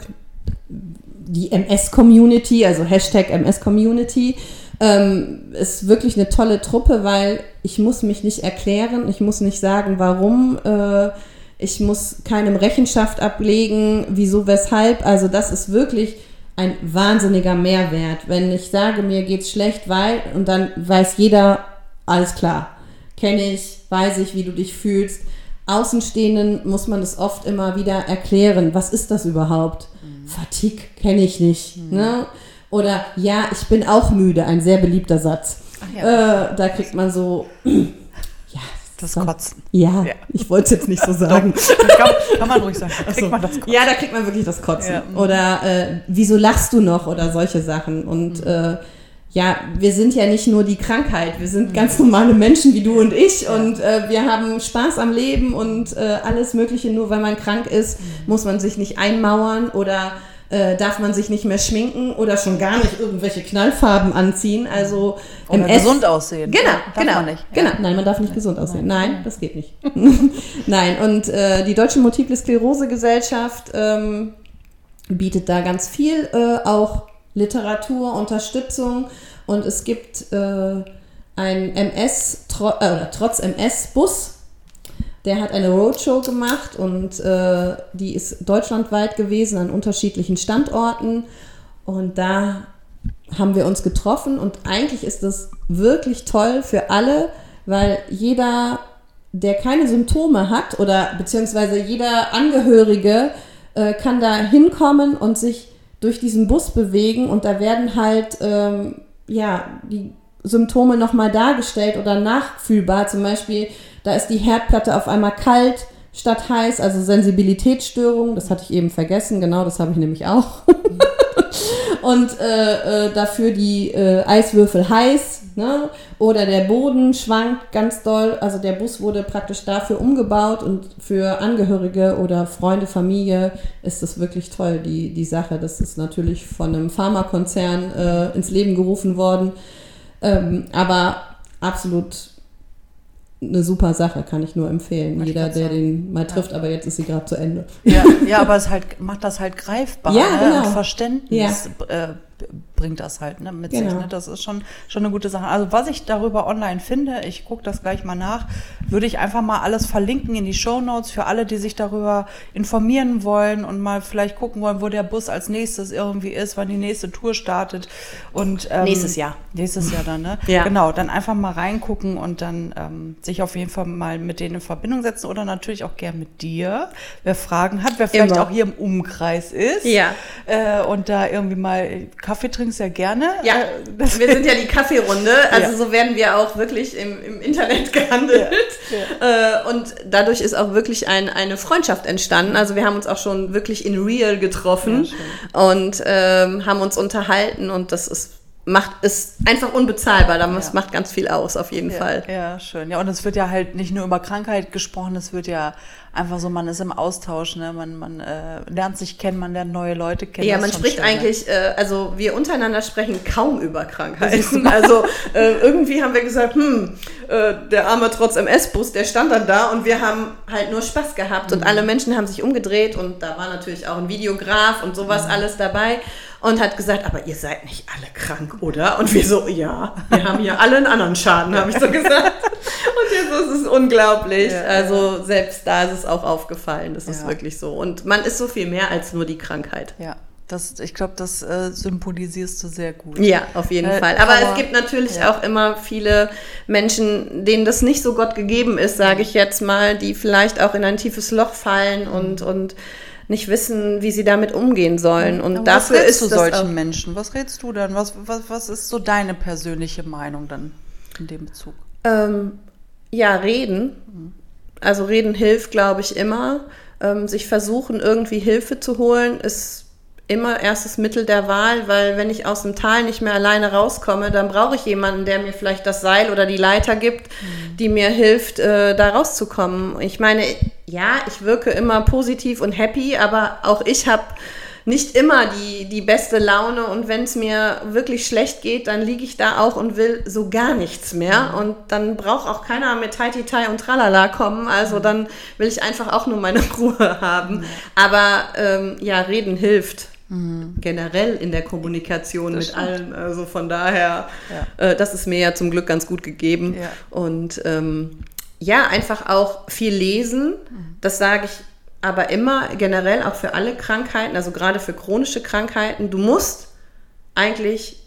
die M S-Community, also Hashtag M S-Community, ähm, ist wirklich eine tolle Truppe, weil ich muss mich nicht erklären, ich muss nicht sagen, warum, äh, ich muss keinem Rechenschaft ablegen, wieso, weshalb. Also das ist wirklich ein wahnsinniger Mehrwert. Wenn ich sage, mir geht's schlecht, weil, und dann weiß jeder, alles klar, kenne ich, weiß ich, wie du dich fühlst. Außenstehenden muss man das oft immer wieder erklären. Was ist das überhaupt? Mhm. Fatigue kenne ich nicht. Mhm. Ne? Oder ja, ich bin auch müde, ein sehr beliebter Satz. Ach ja. äh, da kriegt man so, ja,
das Kotzen.
Ja, ja. Ich wollte es jetzt nicht so sagen.
kann, kann man ruhig sagen, da kriegt
so.
man das Kotzen.
Ja, da kriegt man wirklich das Kotzen.
Ja.
Oder äh, wieso lachst du noch? Oder solche Sachen. Und mhm. äh, ja, wir sind ja nicht nur die Krankheit, wir sind ganz normale Menschen wie du und ich, ja. und äh, wir haben Spaß am Leben und äh, alles Mögliche. Nur weil man krank ist, mhm. muss man sich nicht einmauern oder äh, darf man sich nicht mehr schminken oder schon gar nicht irgendwelche Knallfarben anziehen. Also
oder
M S,
gesund aussehen.
Genau,
darf
genau.
Man nicht.
genau.
Ja.
Nein, man darf nicht ja. gesund aussehen. Nein, Nein, das geht nicht. Nein, und äh, die Deutsche Multiple Sklerose Gesellschaft ähm, bietet da ganz viel, äh, auch Literatur, Unterstützung, und es gibt äh, ein M S, tro- äh, trotz M S-Bus, der hat eine Roadshow gemacht, und äh, die ist deutschlandweit gewesen an unterschiedlichen Standorten, und da haben wir uns getroffen, und eigentlich ist das wirklich toll für alle, weil jeder, der keine Symptome hat, oder beziehungsweise jeder Angehörige äh, kann da hinkommen und sich durch diesen Bus bewegen, und da werden halt ähm, ja die Symptome nochmal dargestellt oder nachfühlbar. Zum Beispiel, da ist die Herdplatte auf einmal kalt statt heiß, also Sensibilitätsstörung, das hatte ich eben vergessen, genau, das habe ich nämlich auch. Und äh, äh, dafür die äh, Eiswürfel heiß, ne? Oder der Boden schwankt ganz doll. Also der Bus wurde praktisch dafür umgebaut, und für Angehörige oder Freunde, Familie ist das wirklich toll, die, die Sache. Das ist natürlich von einem Pharmakonzern äh, ins Leben gerufen worden, ähm, aber absolut eine super Sache, kann ich nur empfehlen.
Wollte
Jeder, der
sagen.
den mal trifft, ja. aber jetzt ist sie gerade zu Ende.
Ja, ja, aber es halt, macht das halt greifbar,
ja,
ne?
genau.
Und Verständnis, ja. äh, bringt das halt ne, mit
Genau.
sich. Ne? Das ist schon, schon eine gute Sache. Also was ich darüber online finde, ich gucke das gleich mal nach, würde ich einfach mal alles verlinken in die Shownotes für alle, die sich darüber informieren wollen und mal vielleicht gucken wollen, wo der Bus als nächstes irgendwie ist, wann die nächste Tour startet. Und, ähm,
Nächstes Jahr.
Nächstes Jahr dann, ne?
Ja.
Genau, dann einfach mal reingucken und dann ähm, sich auf jeden Fall mal mit denen in Verbindung setzen oder natürlich auch gern mit dir, wer Fragen hat, wer vielleicht
Immer.
auch hier im Umkreis ist.
Ja.
Äh, und da irgendwie mal Kaffee trinkst ja gerne.
Ja,
Äh, das
wir sind ja die Kaffeerunde, also
Ja.
so werden wir auch wirklich im, im Internet gehandelt.
Ja,
Äh, und dadurch ist auch wirklich ein, eine Freundschaft entstanden. Also wir haben uns auch schon wirklich in real getroffen
Ja,
und ähm, haben uns unterhalten und das ist macht ist einfach unbezahlbar. Das
Ja.
macht ganz viel aus, auf jeden
ja,
Fall.
ja, schön. Ja, und es wird ja halt nicht nur über Krankheit gesprochen, es wird ja einfach so, man ist im Austausch, ne? Man, man äh, lernt sich kennen, man lernt neue Leute kennen.
Ja,
Das
man
ist schon
spricht
schön, ne?
eigentlich, äh, also wir untereinander sprechen kaum über Krankheiten. Also äh, irgendwie haben wir gesagt, hm, äh, der arme trotz M S-Bus, der stand dann da und wir haben halt nur Spaß gehabt und alle Menschen haben sich umgedreht und da war natürlich auch ein Videograf und sowas alles dabei und hat gesagt, aber ihr seid nicht alle krank, oder? Und wir so, ja, wir haben hier alle einen anderen Schaden, habe ich so gesagt. Und jetzt ist es unglaublich.
Ja,
also selbst da ist es auch aufgefallen, das ist
Ja.
wirklich so. Und man ist so viel mehr als nur die Krankheit.
Ja, das, ich glaube, das äh, symbolisierst du sehr gut.
Ja, auf jeden
Äh,
Fall. Aber
aber-
es gibt natürlich
ja.
auch immer viele Menschen, denen das nicht so Gott gegeben ist, sage ich jetzt mal, die vielleicht auch in ein tiefes Loch fallen und, und nicht wissen, wie sie damit umgehen sollen. Und
Aber
dafür
was rätst
ist
du
das
solchen
auch,
Menschen? Was rätst du dann? Was, was, was ist so deine persönliche Meinung dann in dem Bezug?
ähm, ja, reden. Also reden hilft, glaube ich, immer. Ähm, sich versuchen, irgendwie Hilfe zu holen, ist immer erstes Mittel der Wahl, weil wenn ich aus dem Tal nicht mehr alleine rauskomme, dann brauche ich jemanden, der mir vielleicht das Seil oder die Leiter gibt, mhm. die mir hilft, äh, da rauszukommen. Ich meine, ja, ich wirke immer positiv und happy, aber auch ich habe nicht immer die, die beste Laune und wenn es mir wirklich schlecht geht, dann liege ich da auch und will so gar nichts mehr mhm. und dann braucht auch keiner mit Taititai und Tralala kommen, also mhm. dann will ich einfach auch nur meine Ruhe haben. Mhm. Aber ähm, ja, reden hilft. Mhm. Generell in der Kommunikation das mit stimmt. allen, also von daher, ja. äh, das ist mir ja zum Glück ganz gut gegeben
ja.
und ähm, ja, einfach auch viel lesen, mhm. das sage ich aber immer generell auch für alle Krankheiten, also gerade für chronische Krankheiten, du musst eigentlich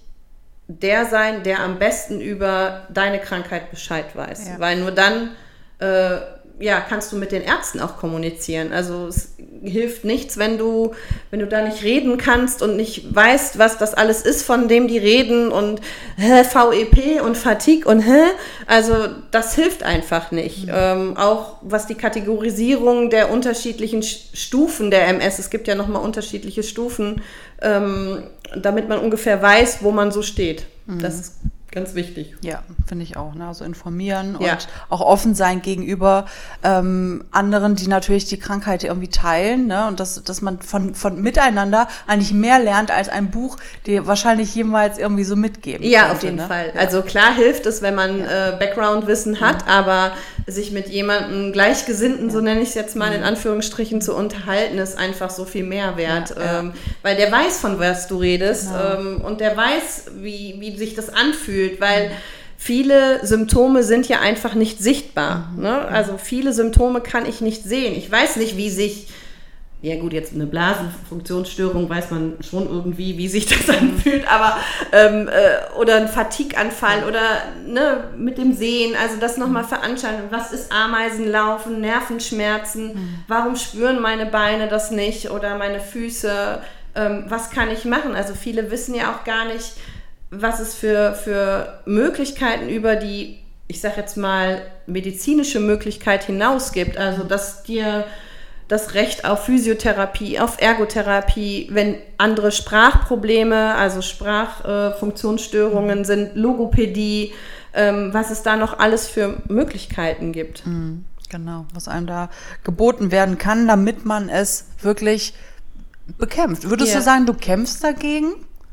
der sein, der am besten über deine Krankheit Bescheid weiß, ja. weil nur dann äh, ja, kannst du mit den Ärzten auch kommunizieren. Also es hilft nichts, wenn du, wenn du da nicht reden kannst und nicht weißt, was das alles ist, von dem die reden und hä, V E P und Fatigue und hä? Also das hilft einfach nicht. Mhm. Ähm, auch was die Kategorisierung der unterschiedlichen Stufen der M S, es gibt ja nochmal unterschiedliche Stufen, ähm, damit man ungefähr weiß, wo man so steht. Mhm. Das ist ganz wichtig.
Ja, finde ich auch. Ne? Also informieren
ja.
und auch offen sein gegenüber ähm, anderen, die natürlich die Krankheit irgendwie teilen. Ne? Und dass, dass man von, von miteinander eigentlich mehr lernt als ein Buch, die wahrscheinlich jemals irgendwie so mitgeben
Ja,
könnte,
auf jeden
ne?
Fall.
Ja.
Also klar hilft es, wenn man
ja.
äh, Background-Wissen hat, mhm. aber sich mit jemandem Gleichgesinnten, ja. so nenne ich es jetzt mal in Anführungsstrichen, zu unterhalten, ist einfach so viel mehr wert.
Ja, ja.
Ähm, weil der weiß, von was du redest
genau.
ähm, und der weiß, wie, wie sich das anfühlt, weil viele Symptome sind ja einfach nicht sichtbar.
Mhm.
Ne? Also viele Symptome kann ich nicht sehen. Ich weiß nicht, wie sich, ja gut, jetzt eine Blasenfunktionsstörung weiß man schon irgendwie, wie sich das anfühlt, aber ähm, äh, oder ein Fatigue-Anfall oder ne, mit dem Sehen, also das nochmal veranschaulichen. Was ist Ameisenlaufen, Nervenschmerzen, mhm. warum spüren meine Beine das nicht oder meine Füße, ähm, was kann ich machen? Also viele wissen ja auch gar nicht, was es für, für Möglichkeiten über die, ich sag jetzt mal, medizinische Möglichkeit hinaus gibt. Also, dass dir das Recht auf Physiotherapie, auf Ergotherapie, wenn andere Sprachprobleme, also Sprachfunktionsstörungen äh, sind, Logopädie, ähm, was es da noch alles für Möglichkeiten gibt.
Mhm, genau, was einem da geboten werden kann, damit man es wirklich bekämpft. Würdest
ja.
du sagen, du kämpfst dagegen?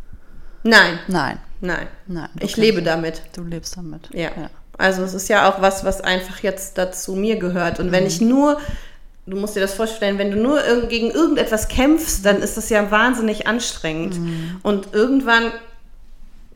Nein.
Nein.
Nein.
Nein.
Ich lebe damit.
Du lebst damit.
Ja. ja. Also es ist ja auch was, was einfach jetzt dazu mir gehört. Und mhm. wenn ich nur, du musst dir das vorstellen, wenn du nur gegen irgendetwas kämpfst, dann ist das ja wahnsinnig anstrengend. Mhm. Und irgendwann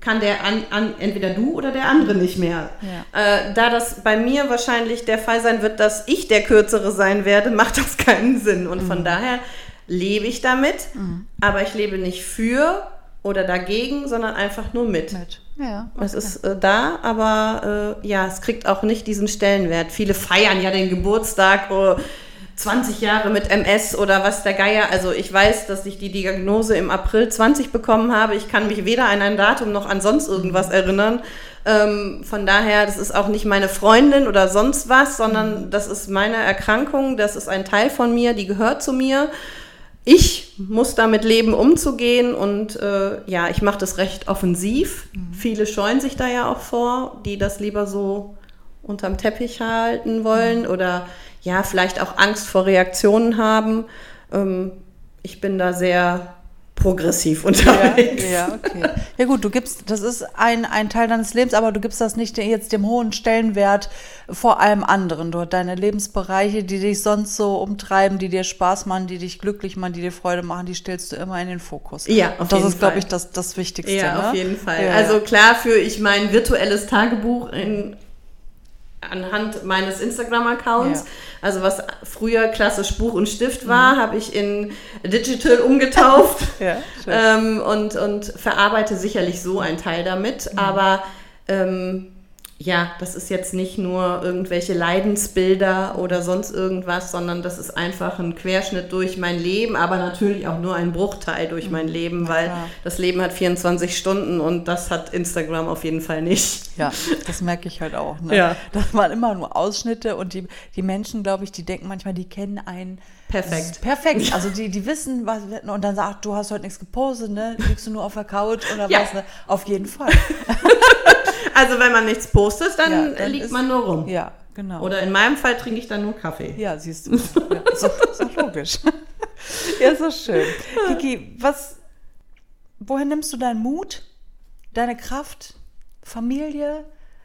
kann der an, an, entweder du oder der andere nicht mehr. Ja. Äh, da das bei mir wahrscheinlich der Fall sein wird, dass ich der Kürzere sein werde, macht das keinen Sinn. Und mhm. von daher lebe ich damit, mhm. aber ich lebe nicht für oder dagegen, sondern einfach nur mit. mit. Ja, okay. Es ist äh, da, aber äh, ja, es kriegt auch nicht diesen Stellenwert. Viele feiern ja den Geburtstag, oh, zwanzig Jahre mit M S oder was der Geier. Also ich weiß, dass ich die Diagnose im April zwanzig bekommen habe. Ich kann mich weder an ein Datum noch an sonst irgendwas erinnern. Ähm, von daher, das ist auch nicht meine Freundin oder sonst was, sondern das ist meine Erkrankung. Das ist ein Teil von mir, die gehört zu mir. Ich muss damit leben, umzugehen und äh, ja, ich mache das recht offensiv. Mhm. Viele scheuen sich da ja auch vor, die das lieber so unterm Teppich halten wollen mhm. oder ja, vielleicht auch Angst vor Reaktionen haben. Ähm, ich bin da sehr progressiv unterwegs.
Ja, ja, okay. Ja gut, du gibst, das ist ein, ein Teil deines Lebens, aber du gibst das nicht jetzt dem hohen Stellenwert vor allem anderen. Du hast deine Lebensbereiche, die dich sonst so umtreiben, die dir Spaß machen, die dich glücklich machen, die dir Freude machen, die stellst du immer in den Fokus.
Ja, auf
Und das
jeden
ist, glaube ich, das, das Wichtigste.
Ja,
ne?
auf jeden Fall.
Ja.
Also klar führe ich mein virtuelles Tagebuch in anhand meines Instagram-Accounts. Ja. Also was früher klassisch Buch und Stift war, mhm. habe ich in Digital umgetauft ja, ähm, und, und verarbeite sicherlich so einen Teil damit. Mhm. Aber ähm, ja, das ist jetzt nicht nur irgendwelche Leidensbilder oder sonst irgendwas, sondern das ist einfach ein Querschnitt durch mein Leben, aber natürlich auch nur ein Bruchteil durch mein Leben, weil ja, das Leben hat vierundzwanzig Stunden und das hat Instagram auf jeden Fall nicht.
Ja, das merke ich halt auch. Ne?
Ja.
Das waren immer nur Ausschnitte und die, die Menschen, glaube ich, die denken manchmal, die kennen einen
perfekt.
Perfekt, also die, die wissen, was, und dann sagt, du hast heute nichts gepostet, ne? Liegst du nur auf der Couch oder
ja.
was? Ne? Auf jeden Fall.
Also wenn man nichts postet, dann, ja, dann liegt
ist,
man nur rum.
Ja, genau.
Oder in meinem Fall trinke ich dann nur Kaffee.
Ja, siehst du. Ja, ist, doch, ist doch logisch. Ja, ist doch schön. Kiki, was, woher nimmst du deinen Mut, deine Kraft, Familie?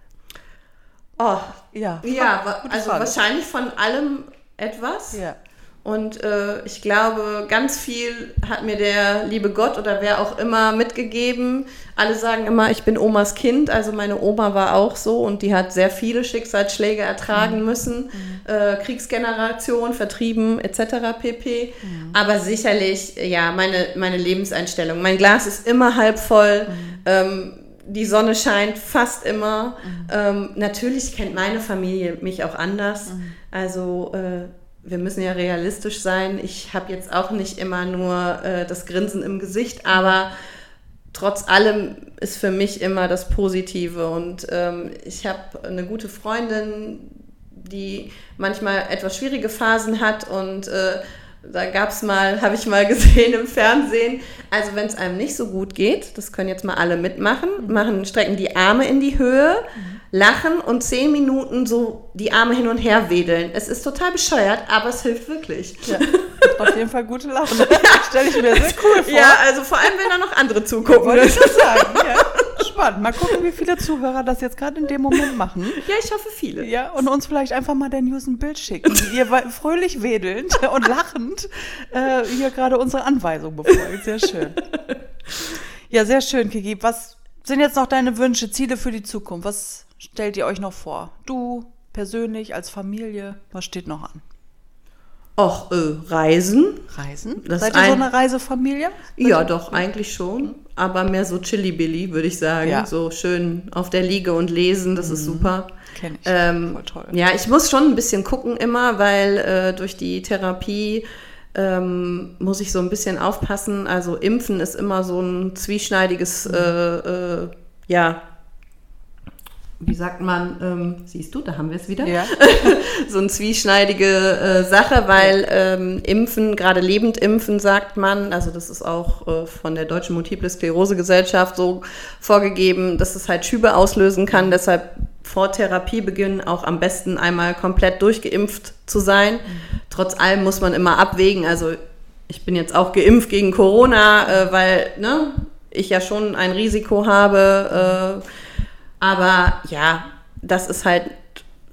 Oh,
ja.
Ja, also Frage. Wahrscheinlich von allem etwas.
Ja.
Und äh, ich glaube, ganz viel hat mir der liebe Gott oder wer auch immer mitgegeben. Alle sagen immer, ich bin Omas Kind. Also meine Oma war auch so und die hat sehr viele Schicksalsschläge ertragen mhm. müssen. Mhm. Äh, Kriegsgeneration, vertrieben et cetera pp. Mhm. Aber sicherlich, ja, meine, meine Lebenseinstellung. Mein Glas ist immer halb voll. Mhm. Ähm, die Sonne scheint fast immer. Mhm. Ähm, natürlich kennt meine Familie mich auch anders. Mhm. Also äh, wir müssen ja realistisch sein. Ich habe jetzt auch nicht immer nur äh, das Grinsen im Gesicht, aber trotz allem ist für mich immer das Positive. Und ähm, ich habe eine gute Freundin, die manchmal etwas schwierige Phasen hat und äh, da gab es mal, habe ich mal gesehen im Fernsehen, also wenn es einem nicht so gut geht, das können jetzt mal alle mitmachen, machen, strecken die Arme in die Höhe, mhm. lachen und zehn Minuten so die Arme hin und her wedeln. Es ist total bescheuert, aber es hilft wirklich.
Ja, auf jeden Fall gute Laune. Ja. Stelle ich mir sehr cool vor.
Ja, also vor allem, wenn da noch andere zugucken.
Wollte ich das sagen, ja. Spannend. Mal gucken, wie viele Zuhörer das jetzt gerade in dem Moment machen.
Ja, ich hoffe viele.
Ja, und uns vielleicht einfach mal der News ein Bild schicken, wie ihr fröhlich wedelnd und lachend äh, hier gerade unsere Anweisung befolgt. Sehr schön. Ja, sehr schön, Kiki. Was sind jetzt noch deine Wünsche, Ziele für die Zukunft? Was stellt ihr euch noch vor? Du persönlich, als Familie, was steht noch an?
Och, äh, Reisen.
Reisen?
Das
Seid ihr
ein...
so eine Reisefamilie?
Ja, doch, eigentlich schon. Aber mehr so Chili-Billy, würde ich sagen. Ja. So schön auf der Liege und lesen, das mhm. ist super.
Kenn ich.
Ähm,
Voll toll.
Ja, ich muss schon ein bisschen gucken immer, weil äh, durch die Therapie ähm, muss ich so ein bisschen aufpassen. Also Impfen ist immer so ein zwieschneidiges, mhm. äh, äh, ja, wie sagt man, ähm, siehst du, da haben wir es wieder,
ja.
so eine zwieschneidige äh, Sache, weil ähm, Impfen, gerade lebend impfen, sagt man, also das ist auch äh, von der Deutschen Multiple Sklerose Gesellschaft so vorgegeben, dass es halt Schübe auslösen kann, deshalb vor Therapiebeginn auch am besten einmal komplett durchgeimpft zu sein. Mhm. Trotz allem muss man immer abwägen, also ich bin jetzt auch geimpft gegen Corona, äh, weil ne, ich ja schon ein Risiko habe, äh, aber ja, das ist halt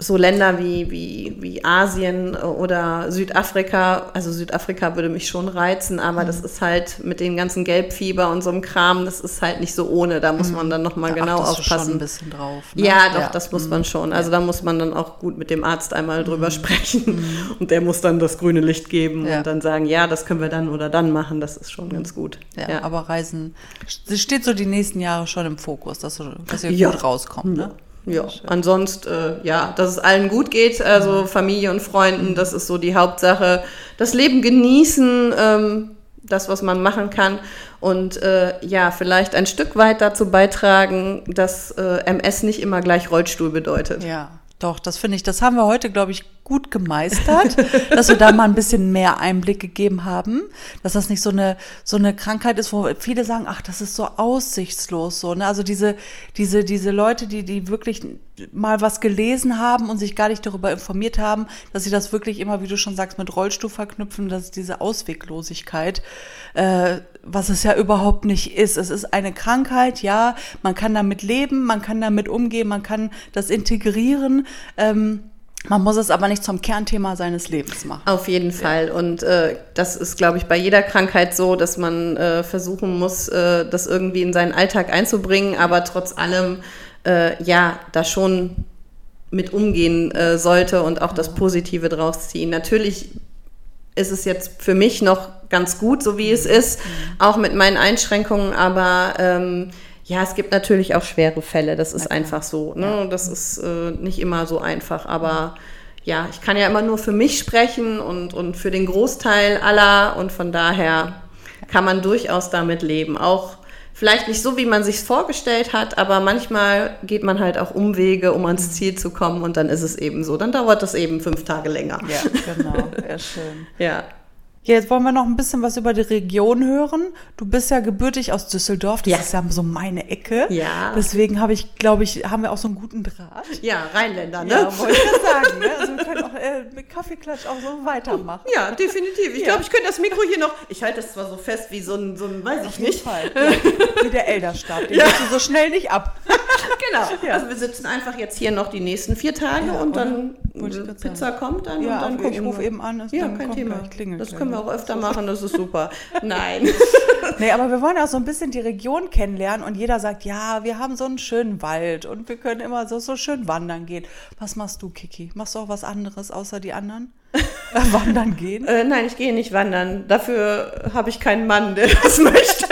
so Länder wie, wie, wie Asien oder Südafrika, also Südafrika würde mich schon reizen, aber mhm. das ist halt mit dem ganzen Gelbfieber und so einem Kram, das ist halt nicht so ohne, da muss man dann nochmal
da
genau
aufpassen.
Du schon
ein bisschen drauf. Ne?
Ja, doch,
ja.
das muss
mhm.
man schon. Also da muss man dann auch gut mit dem Arzt einmal drüber
mhm.
sprechen
mhm.
und der muss dann das grüne Licht geben
ja.
und dann sagen, ja, das können wir dann oder dann machen, das ist schon ganz gut.
Ja,
ja.
aber Reisen, das steht so die nächsten Jahre schon im Fokus, dass, dass ihr
ja.
gut rauskommt, ne?
Ja, ansonsten, äh, ja, dass es allen gut geht, also Familie und Freunden, das ist so die Hauptsache. Das Leben genießen, ähm, das, was man machen kann und äh, ja, vielleicht ein Stück weit dazu beitragen, dass äh, M S nicht immer gleich Rollstuhl bedeutet.
Ja, doch, das finde ich, das haben wir heute, glaube ich, gut gemeistert, dass wir da mal ein bisschen mehr Einblick gegeben haben, dass das nicht so eine so eine Krankheit ist, wo viele sagen, ach, das ist so aussichtslos, so, ne? Also diese diese diese Leute, die die wirklich mal was gelesen haben und sich gar nicht darüber informiert haben, dass sie das wirklich immer, wie du schon sagst, mit Rollstuhl verknüpfen, dass diese Ausweglosigkeit, äh, was es ja überhaupt nicht ist. Es ist eine Krankheit, ja, man kann damit leben, man kann damit umgehen, man kann das integrieren. Ähm, Man muss es aber nicht zum Kernthema seines Lebens machen.
Auf jeden Fall. Ja. Und äh, das ist, glaube ich, bei jeder Krankheit so, dass man äh, versuchen muss, äh, das irgendwie in seinen Alltag einzubringen, aber trotz allem, äh, ja, da schon mit umgehen äh, sollte und auch das Positive draus ziehen. Natürlich ist es jetzt für mich noch ganz gut, so wie es ist, auch mit meinen Einschränkungen, aber ähm, ja, es gibt natürlich auch schwere Fälle, das ist einfach so, ne? Ja. Das ist äh, nicht immer so einfach, aber ja, ich kann ja immer nur für mich sprechen und, und für den Großteil aller und von daher kann man durchaus damit leben, auch vielleicht nicht so, wie man sich's vorgestellt hat, aber manchmal geht man halt auch Umwege, um ans Ziel zu kommen und dann ist es eben so, dann dauert das eben fünf Tage länger.
Ja, genau, sehr schön.
Ja.
Ja, jetzt wollen wir noch ein bisschen was über die Region hören. Du bist ja gebürtig aus Düsseldorf, das
ja.
ist ja so meine Ecke.
Ja.
Deswegen habe ich, glaube ich, haben wir auch so einen guten Draht.
Ja, Rheinländer, ne?
Ja, wollte ich das sagen, ne? Also wir können auch äh, mit Kaffeeklatsch auch so weitermachen.
Ja, definitiv. Ich
ja.
glaube, ich könnte das Mikro hier noch, ich halte das zwar so fest wie so ein, so ein weiß
Auf
ich nicht.
Fall. Ja. Wie der Elderstab, den ja. gibst du so schnell nicht ab.
Genau.
Ja.
Also wir sitzen einfach jetzt hier noch die nächsten vier Tage ja, und dann Pizza sagen. kommt dann
ja,
und dann
gucken ich rufe eben an,
ja, dann kein Thema.
Klingelt
das können wir auch öfter machen, das ist super. Nein.
Nee, aber wir wollen auch so ein bisschen die Region kennenlernen und jeder sagt, ja, wir haben so einen schönen Wald und wir können immer so, so schön wandern gehen. Was machst du, Kiki? Machst du auch was anderes außer die anderen? Wandern gehen?
Äh, nein, ich gehe nicht wandern. Dafür habe ich keinen Mann, der das möchte.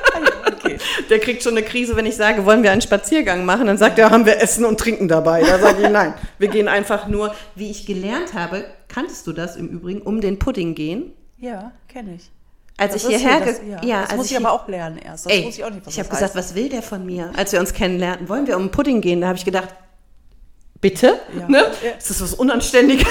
Okay. Der kriegt schon eine Krise, wenn ich sage, wollen wir einen Spaziergang machen? Dann sagt er, haben wir Essen und Trinken dabei. Da sage ich, nein, wir gehen einfach nur, wie ich gelernt habe, kanntest du das im Übrigen, um den Pudding gehen?
Ja, kenne ich.
Als
das
ich hierher,
hier, das, ja,
ja,
das
als
muss
ich
ich aber auch lernen erst. Das
ey,
muss ich auch nicht, was
ich habe
das
gesagt,
heißt.
was will der von mir? Als wir uns kennenlernten, wollen wir um den Pudding gehen? Da habe ich gedacht, bitte?
Ja.
Ne?
Ja.
Ist das was Unanständiges?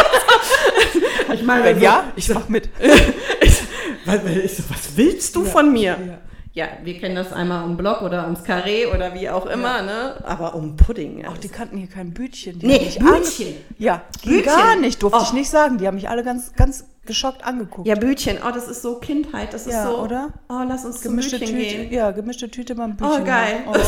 Ich meine,
Wenn
also,
ja, ich mach mit.
ich, was, was willst du
ja.
von mir?
Ja.
Ja, wir kennen das einmal um Block oder ums Karree oder wie auch immer, ja. ne? Aber um Pudding. Ja.
Auch die kannten hier kein Bütchen. Die
nee,
mich
Bütchen.
Ange- ja, ging
Bütchen.
gar nicht, durfte
oh.
ich nicht sagen. Die haben mich alle ganz, ganz geschockt angeguckt.
Ja, Bütchen. Oh, das ist so Kindheit. Das ist
ja,
so,
oder?
Oh, lass uns
gemischte
zum Bütchen
Tüte,
gehen.
Ja, gemischte Tüte beim Bütchen.
Oh, geil.
Oh,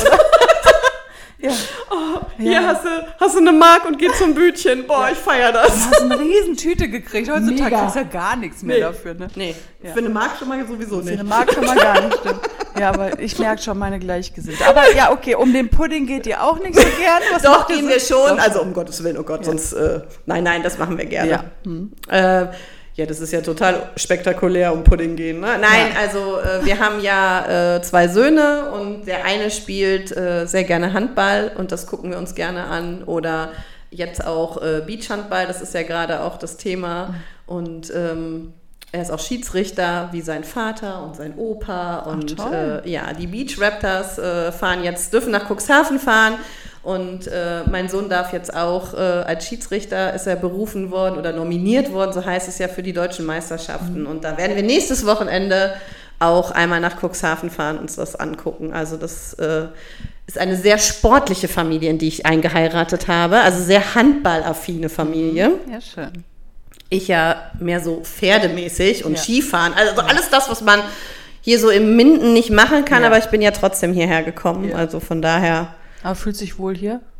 ja.
Oh, hier
ja.
hast du, hast du eine Mark und geh zum Bütchen. Boah,
ja.
ich feier das.
Du hast eine riesen Tüte gekriegt. Heutzutage
Mega.
kriegst du ja gar nichts mehr
nee.
dafür. Ne?
Nee,
ja.
für eine Mark schon mal sowieso nicht.
Für eine Mark schon mal gar nicht, stimmt. Ja, aber ich merke schon meine Gleichgesinnte. Aber ja, okay, um den Pudding geht ihr auch nicht so gern. Was
Doch, gehen wir schon.
Doch.
Also um Gottes Willen, oh Gott, ja. sonst, äh, nein, nein, das machen wir gerne.
Ja. Hm.
Äh, Ja, das ist ja total spektakulär, um Pudding gehen. Ne? Nein,
ja.
also äh, wir haben ja äh, zwei Söhne und der eine spielt äh, sehr gerne Handball und das gucken wir uns gerne an. Oder jetzt auch äh, Beachhandball, das ist ja gerade auch das Thema. Und ähm, er ist auch Schiedsrichter wie sein Vater und sein Opa. Und
Ach,
äh, ja, die Beach Raptors äh, fahren jetzt, dürfen nach Cuxhaven fahren. Und äh, mein Sohn darf jetzt auch, äh, als Schiedsrichter ist er berufen worden oder nominiert worden, so heißt es ja, für die deutschen Meisterschaften. Mhm. Und da werden wir nächstes Wochenende auch einmal nach Cuxhaven fahren und uns das angucken. Also das äh, ist eine sehr sportliche Familie, in die ich eingeheiratet habe. Also sehr handballaffine Familie.
Ja, schön.
Ich ja mehr so pferdemäßig und
ja.
Skifahren. Also alles das, was man hier so im Minden nicht machen kann.
Ja.
Aber ich bin ja trotzdem hierher gekommen.
Ja.
Also von daher...
Aber fühlt sich wohl hier?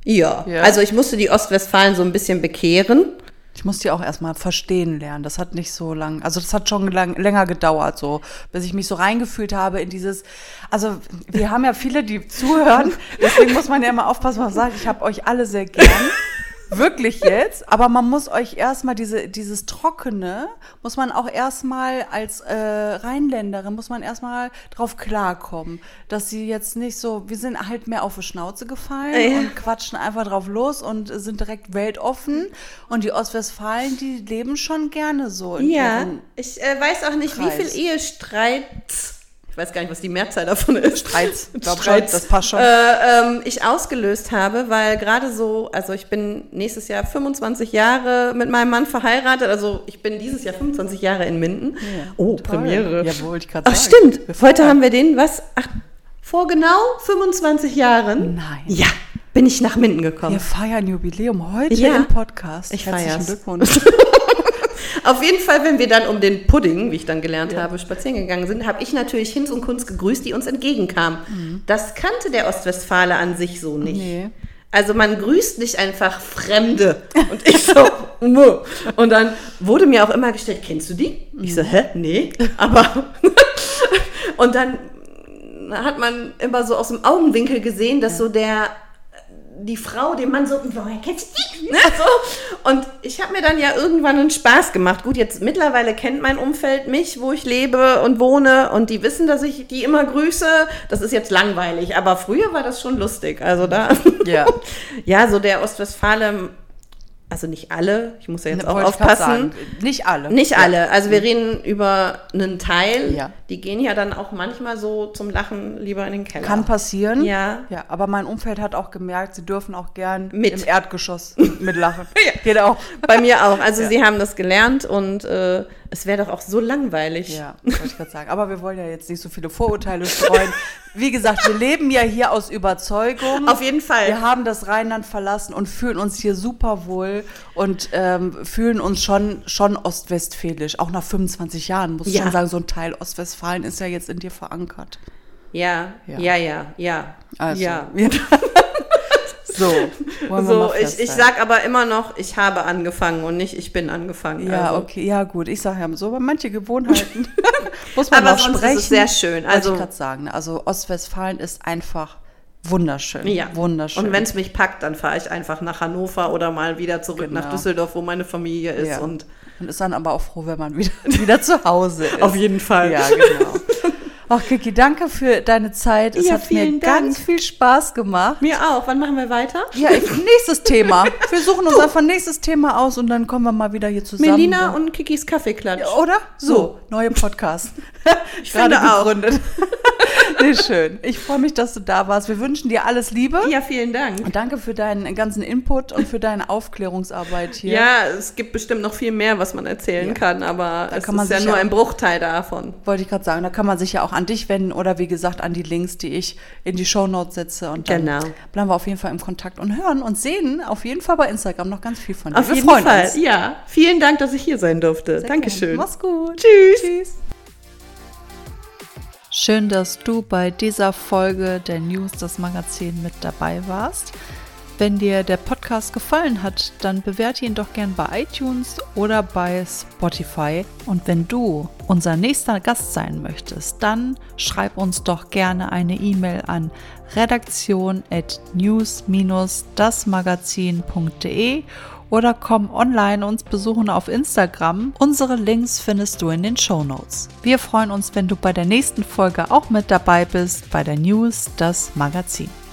Ja.
Ja.
Also ich musste die Ostwestfalen so ein bisschen bekehren.
Ich musste die auch erstmal verstehen lernen. Das hat nicht so lang, also das hat schon lang, länger gedauert, so, bis ich mich so reingefühlt habe in dieses, also wir haben ja viele, die zuhören, deswegen muss man ja immer aufpassen, was man sagt. Ich habe euch alle sehr gern. Wirklich jetzt, aber man muss euch erstmal diese, dieses Trockene, muss man auch erstmal als äh, Rheinländerin, muss man erstmal drauf klarkommen, dass sie jetzt nicht so, wir sind halt mehr auf die Schnauze gefallen
Ja.
und quatschen einfach drauf los und sind direkt weltoffen und die Ostwestfalen, die leben schon gerne so. In
Ja,
ihrem
ich äh, weiß auch nicht,
Kreis.
wie viel Ehestreits, ich weiß gar nicht, was die Mehrzahl davon ist.
Streits, ich glaube schon,
Streits,
das passt schon.
Äh, ähm, ich ausgelöst habe, weil gerade so, also ich bin nächstes Jahr fünfundzwanzig Jahre mit meinem Mann verheiratet, also ich bin dieses Jahr fünfundzwanzig Jahre in Minden.
Ja,
oh,
toll.
Premiere.
Ja, wollte ich gerade
Ach
sagen.
stimmt,
Wir
heute
feiern.
haben wir den, was, ach, vor genau fünfundzwanzig Jahren.
Nein.
Ja, bin ich nach Minden gekommen.
Wir feiern Jubiläum heute
Ja.
im Podcast.
Ich
Herzlichen
feier's.
Glückwunsch.
Auf jeden Fall, wenn wir dann um den Pudding, wie ich dann gelernt
Ja.
habe, spazieren gegangen sind, habe ich natürlich Hinz und Kunz gegrüßt, die uns entgegenkamen.
Mhm.
Das kannte der Ostwestfale an sich so nicht.
Nee.
Also man grüßt nicht einfach Fremde. Und ich so, Muh. Und dann wurde mir auch immer gestellt, kennst du die? Ich so, hä? Nee. Aber und dann hat man immer so aus dem Augenwinkel gesehen, dass so der die Frau, den Mann so, woher kennst du die? Ne? So. Und ich habe mir dann ja irgendwann einen Spaß gemacht. Gut, jetzt mittlerweile kennt mein Umfeld mich, wo ich lebe und wohne und die wissen, dass ich die immer grüße. Das ist jetzt langweilig, aber früher war das schon lustig. Also da,
Ja.
ja, so der Ostwestfale, also nicht alle, ich muss ja jetzt
Ne,
auch
wollte ich grad
aufpassen.
sagen. Nicht alle.
Nicht
Ja.
alle. Also wir reden über einen Teil.
Ja.
Die gehen ja dann auch manchmal so zum Lachen lieber in den Keller.
Kann passieren.
Ja.
Ja, aber mein Umfeld hat auch gemerkt, sie dürfen auch gern
Mit.
im Erdgeschoss mitlachen.
Ja.
Geht auch.
Bei mir auch. Also
Ja.
sie haben das gelernt und äh, es wäre doch auch so langweilig.
Ja, wollte ich gerade sagen. Aber wir wollen ja jetzt nicht so viele Vorurteile streuen. Wie gesagt, wir leben ja hier aus Überzeugung.
Auf jeden Fall.
Wir haben das Rheinland verlassen und fühlen uns hier super wohl und ähm, fühlen uns schon, schon ostwestfälisch. Auch nach fünfundzwanzig Jahren, muss ich
Ja.
schon sagen, so ein Teil Ostwestfalen ist ja jetzt in dir verankert.
Ja,
Ja.
ja, ja, ja.
Also,
ja.
So, wollen wir
So,
mal
ich, ich
festhalten.
sag aber immer noch, ich habe angefangen und nicht, ich bin angefangen.
Ja,
also.
okay, ja gut, ich sage ja so, aber manche Gewohnheiten muss man
Aber
noch
sonst
sprechen.
ist es sehr schön.
Wollte
Also-
ich gerade sagen, ne? Also Ostwestfalen ist einfach wunderschön.
Ja,
Wunderschön.
Und wenn es mich packt, dann fahre ich einfach nach Hannover oder mal wieder zurück
Genau.
nach Düsseldorf, wo meine Familie ist.
Ja.
Und
Und ist dann aber auch froh, wenn man wieder, wieder zu Hause ist.
Auf jeden Fall.
Ja, genau. Ach, Kiki, danke für deine Zeit. Es
Ja,
hat mir
vielen Dank.
ganz viel Spaß gemacht.
mir auch. Wann machen wir weiter?
Ja, ich, nächstes Thema. Wir suchen uns einfach nächstes Thema aus und dann kommen wir mal wieder hier zusammen.
Melina und Kikis Kaffeeklatsch.
Ja, oder? So,
So.
neue Podcast.
Ich
Gerade
finde auch.
gegründet. Nee, schön. Ich freue mich, dass du da warst. Wir wünschen dir alles Liebe.
Ja, vielen Dank.
Und danke für deinen ganzen Input und für deine Aufklärungsarbeit hier.
Ja, es gibt bestimmt noch viel mehr, was man erzählen
Ja.
kann, aber es
kann man
ist ja
sich
nur
ja-
ein Bruchteil davon.
Wollte ich gerade sagen, da kann man sich ja auch an dich wenden oder wie gesagt an die Links, die ich in die Shownotes setze. Und dann
Genau.
bleiben wir auf jeden Fall im Kontakt und hören und sehen auf jeden Fall bei Instagram noch ganz viel von dir.
Auf
Wir
jeden
freuen
Fall.
uns.
Ja, vielen Dank, dass ich hier sein durfte.
Sehr
Dankeschön.
gerne. Mach's gut.
Tschüss.
Tschüss. Schön, dass du bei dieser Folge der News, das Magazin, mit dabei warst. Wenn dir der Podcast gefallen hat, dann bewerte ihn doch gern bei iTunes oder bei Spotify. Und wenn du unser nächster Gast sein möchtest, dann schreib uns doch gerne eine E-Mail an redaktion at news das magazin punkt de oder komm online uns besuchen auf Instagram. Unsere Links findest du in den Shownotes. Wir freuen uns, wenn du bei der nächsten Folge auch mit dabei bist bei der News, das Magazin.